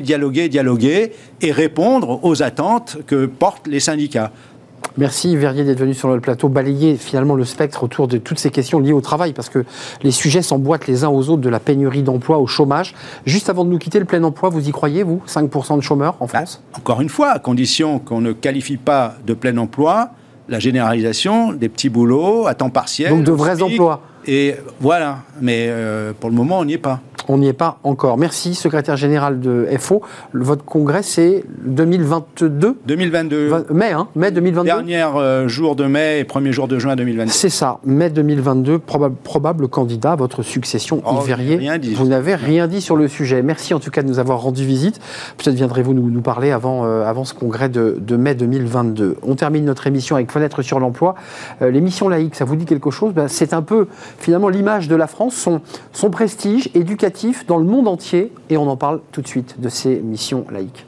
et répondre aux attentes que portent les syndicats. Merci Verrier d'être venu sur le plateau, balayer finalement le spectre autour de toutes ces questions liées au travail, parce que les sujets s'emboîtent les uns aux autres, de la pénurie d'emploi au chômage. Juste avant de nous quitter, le plein emploi, vous y croyez, vous ? 5% de chômeurs en France ? Encore une fois, à condition qu'on ne qualifie pas de plein emploi la généralisation des petits boulots à temps partiel. Donc de vrais emplois. Et voilà, mais pour le moment, on n'y est pas. On n'y est pas encore. Merci, secrétaire général de FO. Votre congrès, c'est 2022 2022. Mai 2022. Dernier jour de mai et premier jour de juin 2022. C'est ça, mai 2022, probable candidat à votre succession, Yves Verrier. Vous n'avez rien dit sur le sujet. Merci en tout cas de nous avoir rendu visite. Peut-être viendrez-vous nous parler avant ce congrès de mai 2022. On termine notre émission avec Fenêtre sur l'emploi. L'émission laïque, ça vous dit quelque chose ? C'est un peu finalement l'image de la France, son prestige éducatif dans le monde entier, et on en parle tout de suite de ces missions laïques.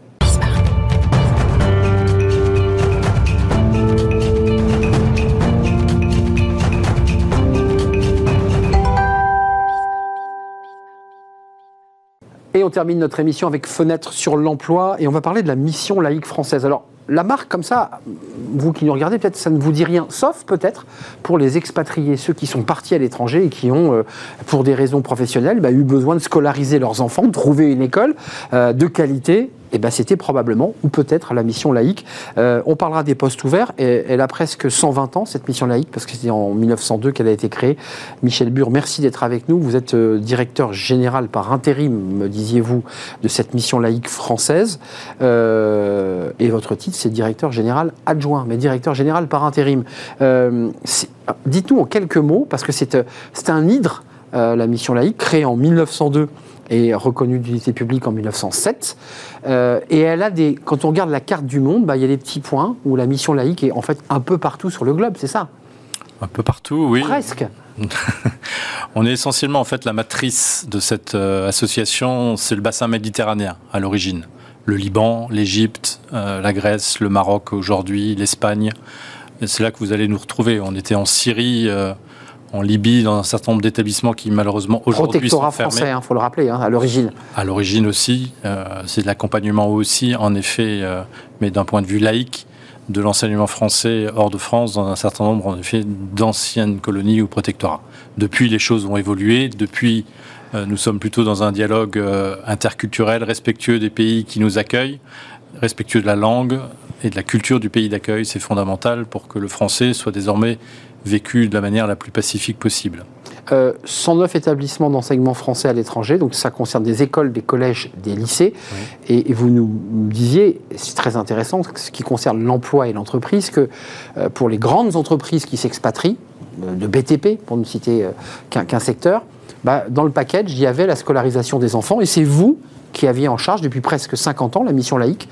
Et on termine notre émission avec Fenêtre sur l'emploi, et on va parler de la mission laïque française. Alors, la marque, comme ça, vous qui nous regardez, peut-être ça ne vous dit rien, sauf peut-être pour les expatriés, ceux qui sont partis à l'étranger et qui ont, pour des raisons professionnelles, eu besoin de scolariser leurs enfants, de trouver une école de qualité. Et c'était probablement, ou peut-être, la mission laïque. On parlera des postes ouverts. Et elle a presque 120 ans, cette mission laïque, parce que c'est en 1902 qu'elle a été créée. Michel Bure, merci d'être avec nous. Vous êtes directeur général par intérim, me disiez-vous, de cette mission laïque française. Et votre titre, c'est directeur général adjoint, mais directeur général par intérim. Dites-nous en quelques mots, parce que c'est un hydre, la mission laïque, créée en 1902 et reconnue d'utilité publique en 1907. Et elle a quand on regarde la carte du monde, il y a des petits points où la mission laïque est en fait un peu partout sur le globe, c'est ça ? Un peu partout, oui. Presque. On est essentiellement en fait la matrice de cette association, c'est le bassin méditerranéen à l'origine. Le Liban, l'Égypte, la Grèce, le Maroc aujourd'hui, l'Espagne. Et c'est là que vous allez nous retrouver. On était en Syrie, en Libye, dans un certain nombre d'établissements qui malheureusement aujourd'hui sont fermés. Protectorat français, faut le rappeler, à l'origine. À l'origine aussi, c'est de l'accompagnement aussi, en effet, mais d'un point de vue laïque, de l'enseignement français hors de France, dans un certain nombre, en effet, d'anciennes colonies ou protectorats. Depuis, les choses ont évolué. Depuis, nous sommes plutôt dans un dialogue interculturel, respectueux des pays qui nous accueillent, respectueux de la langue et de la culture du pays d'accueil. C'est fondamental pour que le français soit désormais vécu de la manière la plus pacifique possible. 109 établissements d'enseignement français à l'étranger, donc ça concerne des écoles, des collèges, des lycées. Oui. Et vous nous disiez, c'est très intéressant, ce qui concerne l'emploi et l'entreprise, que pour les grandes entreprises qui s'expatrient, de BTP, pour ne citer qu'un secteur, dans le package, il y avait la scolarisation des enfants, et c'est vous qui aviez en charge depuis presque 50 ans la mission laïque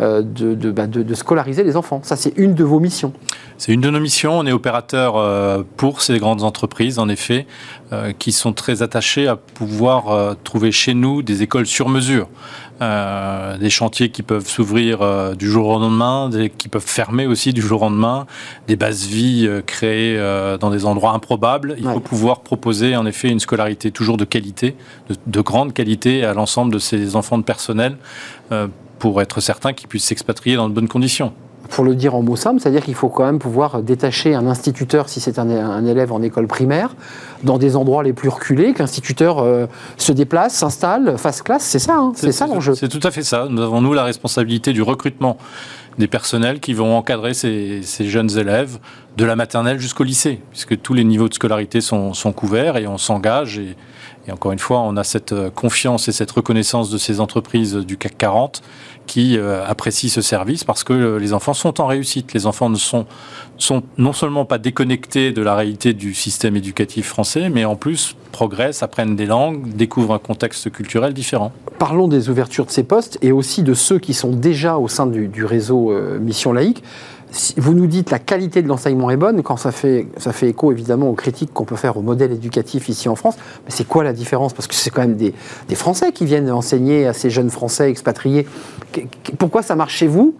de scolariser les enfants. Ça, c'est une de vos missions. C'est une de nos missions. On est opérateur pour ces grandes entreprises, en effet, qui sont très attachées à pouvoir trouver chez nous des écoles sur mesure. Des chantiers qui peuvent s'ouvrir du jour au lendemain, qui peuvent fermer aussi du jour au lendemain, des bases vie créées dans des endroits improbables. Il faut pouvoir proposer en effet une scolarité toujours de qualité, de grande qualité à l'ensemble de ces enfants de personnel pour être certain qu'ils puissent s'expatrier dans de bonnes conditions. Pour le dire en mots simples, c'est-à-dire qu'il faut quand même pouvoir détacher un instituteur, si c'est un élève en école primaire, dans des endroits les plus reculés, que l'instituteur se déplace, s'installe, fasse classe, c'est ça, c'est ça l'enjeu. C'est tout à fait ça. Nous avons, la responsabilité du recrutement des personnels qui vont encadrer ces jeunes élèves de la maternelle jusqu'au lycée, puisque tous les niveaux de scolarité sont couverts et on s'engage. Et encore une fois, on a cette confiance et cette reconnaissance de ces entreprises du CAC 40 qui apprécient ce service parce que les enfants sont en réussite. Les enfants ne sont non seulement pas déconnectés de la réalité du système éducatif français, mais en plus progressent, apprennent des langues, découvrent un contexte culturel différent. Parlons des ouvertures de ces postes et aussi de ceux qui sont déjà au sein du réseau Mission Laïque. Vous nous dites que la qualité de l'enseignement est bonne, quand ça fait écho évidemment aux critiques qu'on peut faire au modèle éducatif ici en France. Mais c'est quoi la différence? Parce que c'est quand même des Français qui viennent enseigner à ces jeunes Français expatriés. Pourquoi ça marche chez vous,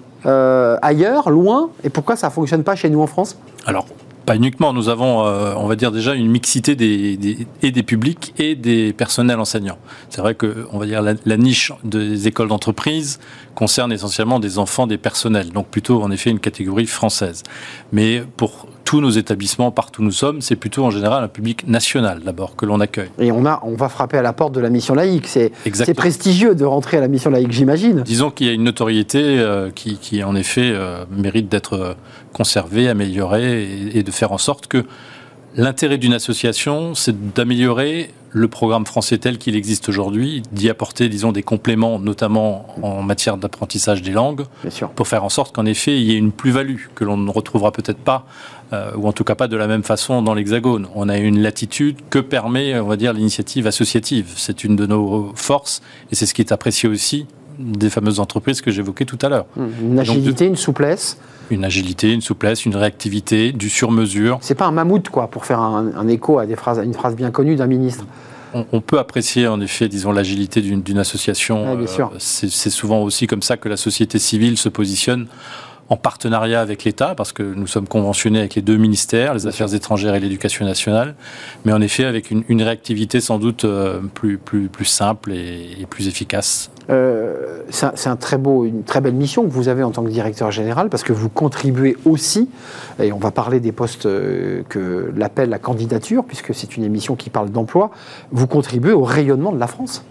ailleurs, loin, et pourquoi ça ne fonctionne pas chez nous en France? Alors, pas uniquement. Nous avons, on va dire déjà, une mixité des publics et des personnels enseignants. C'est vrai que, on va dire, la niche des écoles d'entreprise concerne essentiellement des enfants des personnels, donc plutôt en effet une catégorie française. Mais pour tous nos établissements, partout où nous sommes, c'est plutôt en général un public national d'abord que l'on accueille. Et on va frapper à la porte de la mission laïque. C'est prestigieux de rentrer à la mission laïque, j'imagine. Disons qu'il y a une notoriété qui en effet mérite d'être conservée, améliorée et de faire en sorte que l'intérêt d'une association, c'est d'améliorer le programme français tel qu'il existe aujourd'hui, d'y apporter, disons, des compléments, notamment en matière d'apprentissage des langues, pour faire en sorte qu'en effet, il y ait une plus-value que l'on ne retrouvera peut-être pas, ou en tout cas pas de la même façon dans l'Hexagone. On a une latitude que permet, on va dire, l'initiative associative. C'est une de nos forces, et c'est ce qui est apprécié aussi des fameuses entreprises que j'évoquais tout à l'heure. Une agilité, une souplesse. Une agilité, une souplesse, une réactivité, du sur-mesure. C'est pas un mammouth, quoi, pour faire un écho à une phrase bien connue d'un ministre. On peut apprécier, en effet, disons, l'agilité d'une association. Bien sûr. C'est souvent aussi comme ça que la société civile se positionne en partenariat avec l'État, parce que nous sommes conventionnés avec les deux ministères, les Affaires étrangères et l'Éducation nationale, mais en effet avec une réactivité sans doute plus simple et plus efficace. C'est une très belle mission que vous avez en tant que directeur général, parce que vous contribuez aussi, et on va parler des postes que l'appel à candidature, puisque c'est une émission qui parle d'emploi, vous contribuez au rayonnement de la France.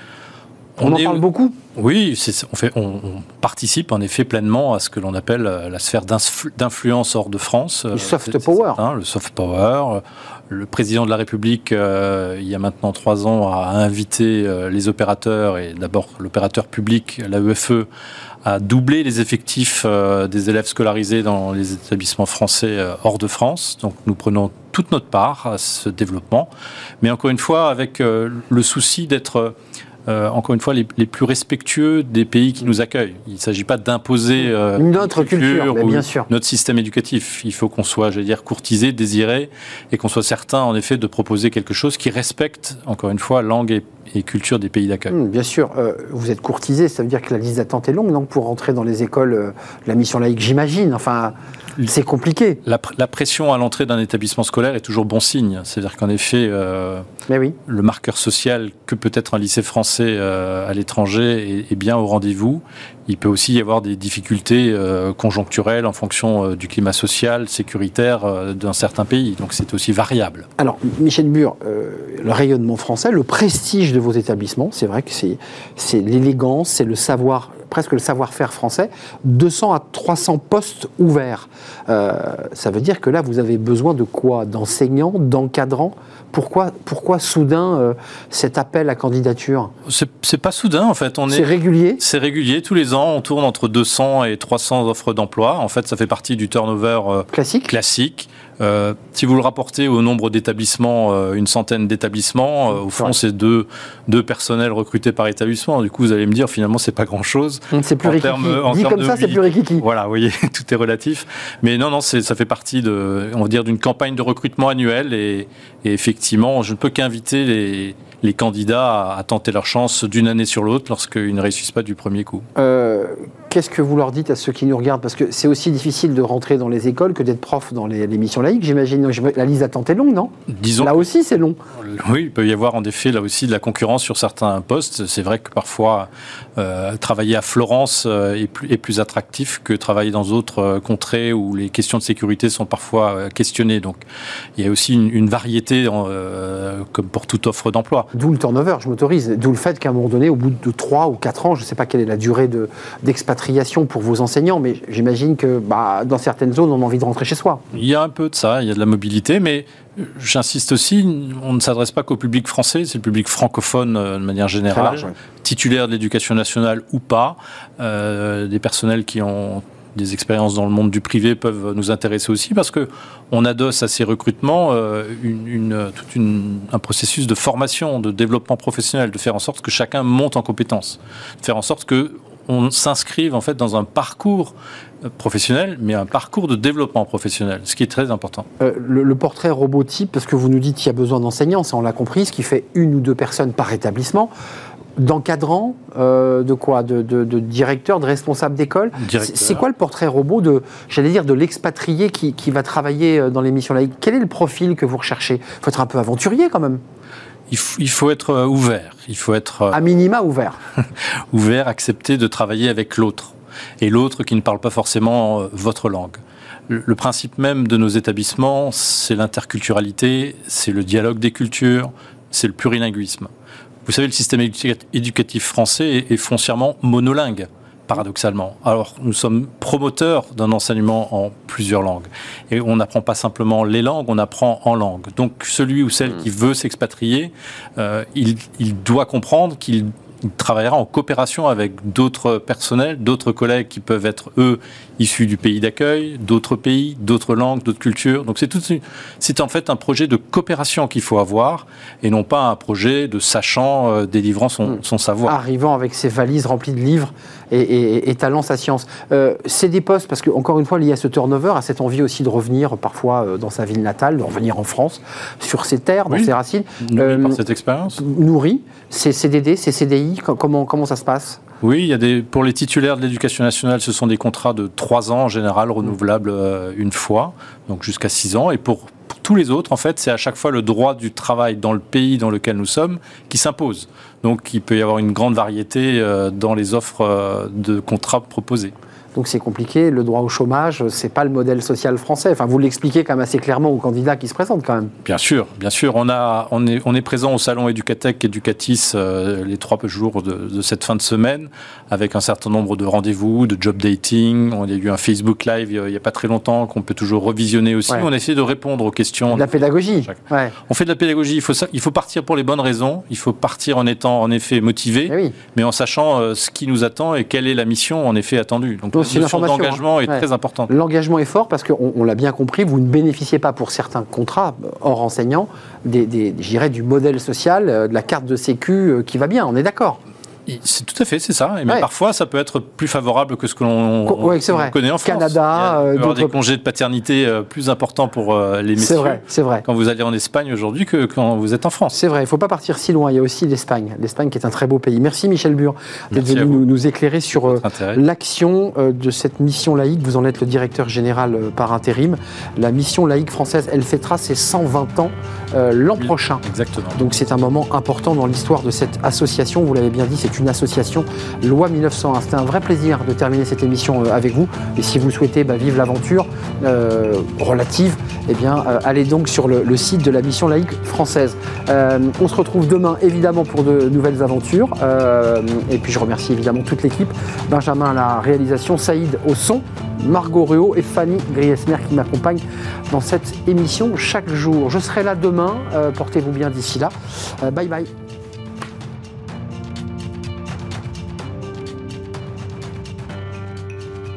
On en parle beaucoup. Oui, on participe en effet pleinement à ce que l'on appelle la sphère d'influence hors de France. Le soft power. Le soft power. Le président de la République, il y a maintenant 3 ans, a invité les opérateurs, et d'abord l'opérateur public, l'AEFE, à doubler les effectifs des élèves scolarisés dans les établissements français hors de France. Donc nous prenons toute notre part à ce développement. Mais encore une fois, avec le souci d'être... encore une fois, les plus respectueux des pays qui nous accueillent. Il ne s'agit pas d'imposer notre culture ou bien sûr. Notre système éducatif. Il faut qu'on soit, j'allais dire, courtisé, désiré, et qu'on soit certain, en effet, de proposer quelque chose qui respecte, encore une fois, langue et culture des pays d'accueil. Bien sûr. Vous êtes courtisé, ça veut dire que la liste d'attente est longue, donc, pour rentrer dans les écoles de la mission laïque, j'imagine. Enfin, c'est compliqué. La pression à l'entrée d'un établissement scolaire est toujours bon signe. C'est-à-dire qu'en effet, le marqueur social que peut être un lycée français à l'étranger est bien au rendez-vous. Il peut aussi y avoir des difficultés conjoncturelles en fonction du climat social, sécuritaire d'un certain pays. Donc c'est aussi variable. Alors, Michel Bure, le rayonnement français, le prestige de vos établissements, c'est vrai que c'est l'élégance, c'est le savoir, presque le savoir-faire français. 200 à 300 postes ouverts. Ça veut dire que là, vous avez besoin de quoi? D'enseignants, d'encadrants? Pourquoi soudain cet appel à candidature? C'est pas soudain en fait. C'est régulier. C'est régulier. Tous les ans, on tourne entre 200 et 300 offres d'emploi. En fait, ça fait partie du turnover classique. Si vous le rapportez au nombre d'établissements, une centaine d'établissements, au fond, c'est deux personnels recrutés par établissement. Du coup, vous allez me dire, finalement, c'est pas grand-chose. C'est plus rikiki. Dit comme ça, c'est plus rikiki. Voilà, vous voyez, tout est relatif. Mais non, ça fait partie on va dire, d'une campagne de recrutement annuelle et effectivement, je ne peux qu'inviter les candidats à tenter leur chance d'une année sur l'autre lorsqu'ils ne réussissent pas du premier coup. Qu'est-ce que vous leur dites à ceux qui nous regardent? Parce que c'est aussi difficile de rentrer dans les écoles que d'être prof dans les missions laïques, j'imagine. La liste d'attente est longue, non? Disons là aussi, c'est long. Oui, il peut y avoir en effet là aussi de la concurrence sur certains postes. C'est vrai que parfois, travailler à Florence est plus attractif que travailler dans d'autres contrées où les questions de sécurité sont parfois questionnées. Donc, il y a aussi une variété comme pour toute offre d'emploi. D'où le turnover, je m'autorise. D'où le fait qu'à un moment donné, au bout de 3 ou 4 ans, je ne sais pas quelle est la durée d'expatriation pour vos enseignants, mais j'imagine que dans certaines zones, on a envie de rentrer chez soi. Il y a un peu de ça, il y a de la mobilité, mais j'insiste aussi, on ne s'adresse pas qu'au public français, c'est le public francophone de manière générale, large, ouais. Titulaire de l'éducation nationale ou pas, des personnels qui ont des expériences dans le monde du privé peuvent nous intéresser aussi parce qu'on adosse à ces recrutements un processus de formation, de développement professionnel, de faire en sorte que chacun monte en compétences, de faire en sorte qu'on s'inscrive en fait dans un parcours professionnel, mais un parcours de développement professionnel, ce qui est très important. Le portrait robotype, parce que vous nous dites qu'il y a besoin d'enseignants, ça on l'a compris, ce qui fait 1 ou 2 personnes par établissement, d'encadrant, de quoi, de directeur, de responsable d'école. C'est quoi le portrait robot de l'expatrié qui va travailler dans les missions laïques? Quel est le profil que vous recherchez? Il faut être un peu aventurier quand même. Il faut être ouvert. Il faut être à minima ouvert. Ouvert, accepter de travailler avec l'autre. Et l'autre qui ne parle pas forcément votre langue. Le principe même de nos établissements, c'est l'interculturalité, c'est le dialogue des cultures, c'est le plurilinguisme. Vous savez, le système éducatif français est foncièrement monolingue, paradoxalement. Alors, nous sommes promoteurs d'un enseignement en plusieurs langues. Et on n'apprend pas simplement les langues, on apprend en langue. Donc, celui ou celle qui veut s'expatrier, il doit comprendre qu'il travaillera en coopération avec d'autres personnels, d'autres collègues qui peuvent être, eux, issus du pays d'accueil, d'autres pays, d'autres langues, d'autres cultures. Donc c'est en fait un projet de coopération qu'il faut avoir et non pas un projet de sachant délivrant son savoir. Arrivant avec ses valises remplies de livres et talent sa science. C'est des postes, parce que encore une fois, lié à ce turnover, à cette envie aussi de revenir parfois dans sa ville natale, de revenir en France, sur ses terres, dans ses racines. Nourri par cette expérience. Nourri, c'est CDD, c'est CDI, comment ça se passe? Oui, pour les titulaires de l'éducation nationale, ce sont des contrats de 3 ans en général, renouvelables une fois, donc jusqu'à 6 ans. Et pour tous les autres, en fait, c'est à chaque fois le droit du travail dans le pays dans lequel nous sommes qui s'impose. Donc il peut y avoir une grande variété dans les offres de contrats proposés. Donc c'est compliqué, le droit au chômage, c'est pas le modèle social français. Enfin, vous l'expliquez quand même assez clairement aux candidats qui se présentent quand même. Bien sûr. On est présent au salon Educatech, Educatis les 3 jours de cette fin de semaine, avec un certain nombre de rendez-vous, de job dating. On a eu un Facebook Live il n'y a pas très longtemps qu'on peut toujours revisionner aussi. Ouais. On essaie de répondre aux questions. De la pédagogie. Ouais. On fait de la pédagogie. Il faut partir pour les bonnes raisons. Il faut partir en étant en effet motivé, mais en sachant ce qui nous attend et quelle est la mission en effet attendue. Donc la notion d'engagement est très importante. L'engagement est fort parce qu'on l'a bien compris, vous ne bénéficiez pas pour certains contrats hors enseignants du modèle social, de la carte de sécu qui va bien, on est d'accord? C'est tout à fait, c'est ça. Mais parfois, ça peut être plus favorable que ce que l'on connaît en France. Canada, il y a des congés de paternité plus importants pour les messieurs. C'est vrai. Quand vous allez en Espagne aujourd'hui que quand vous êtes en France. C'est vrai, il ne faut pas partir si loin. Il y a aussi l'Espagne. L'Espagne qui est un très beau pays. Merci Michel Bure d'être venu nous éclairer sur l'action de cette mission laïque. Vous en êtes le directeur général par intérim. La mission laïque française, elle fêtera ses 120 ans l'an prochain. Exactement. Donc c'est un moment important dans l'histoire de cette association. Vous l'avez bien dit, c'est une association Loi 1901. C'était un vrai plaisir de terminer cette émission avec vous. Et si vous souhaitez vivre l'aventure relative, allez donc sur le site de la mission laïque française. On se retrouve demain, évidemment, pour de nouvelles aventures. Et puis je remercie évidemment toute l'équipe. Benjamin à la réalisation, Saïd au son, Margot Ruot et Fanny Griesmer qui m'accompagnent dans cette émission chaque jour. Je serai là demain. Portez-vous bien d'ici là. Bye bye.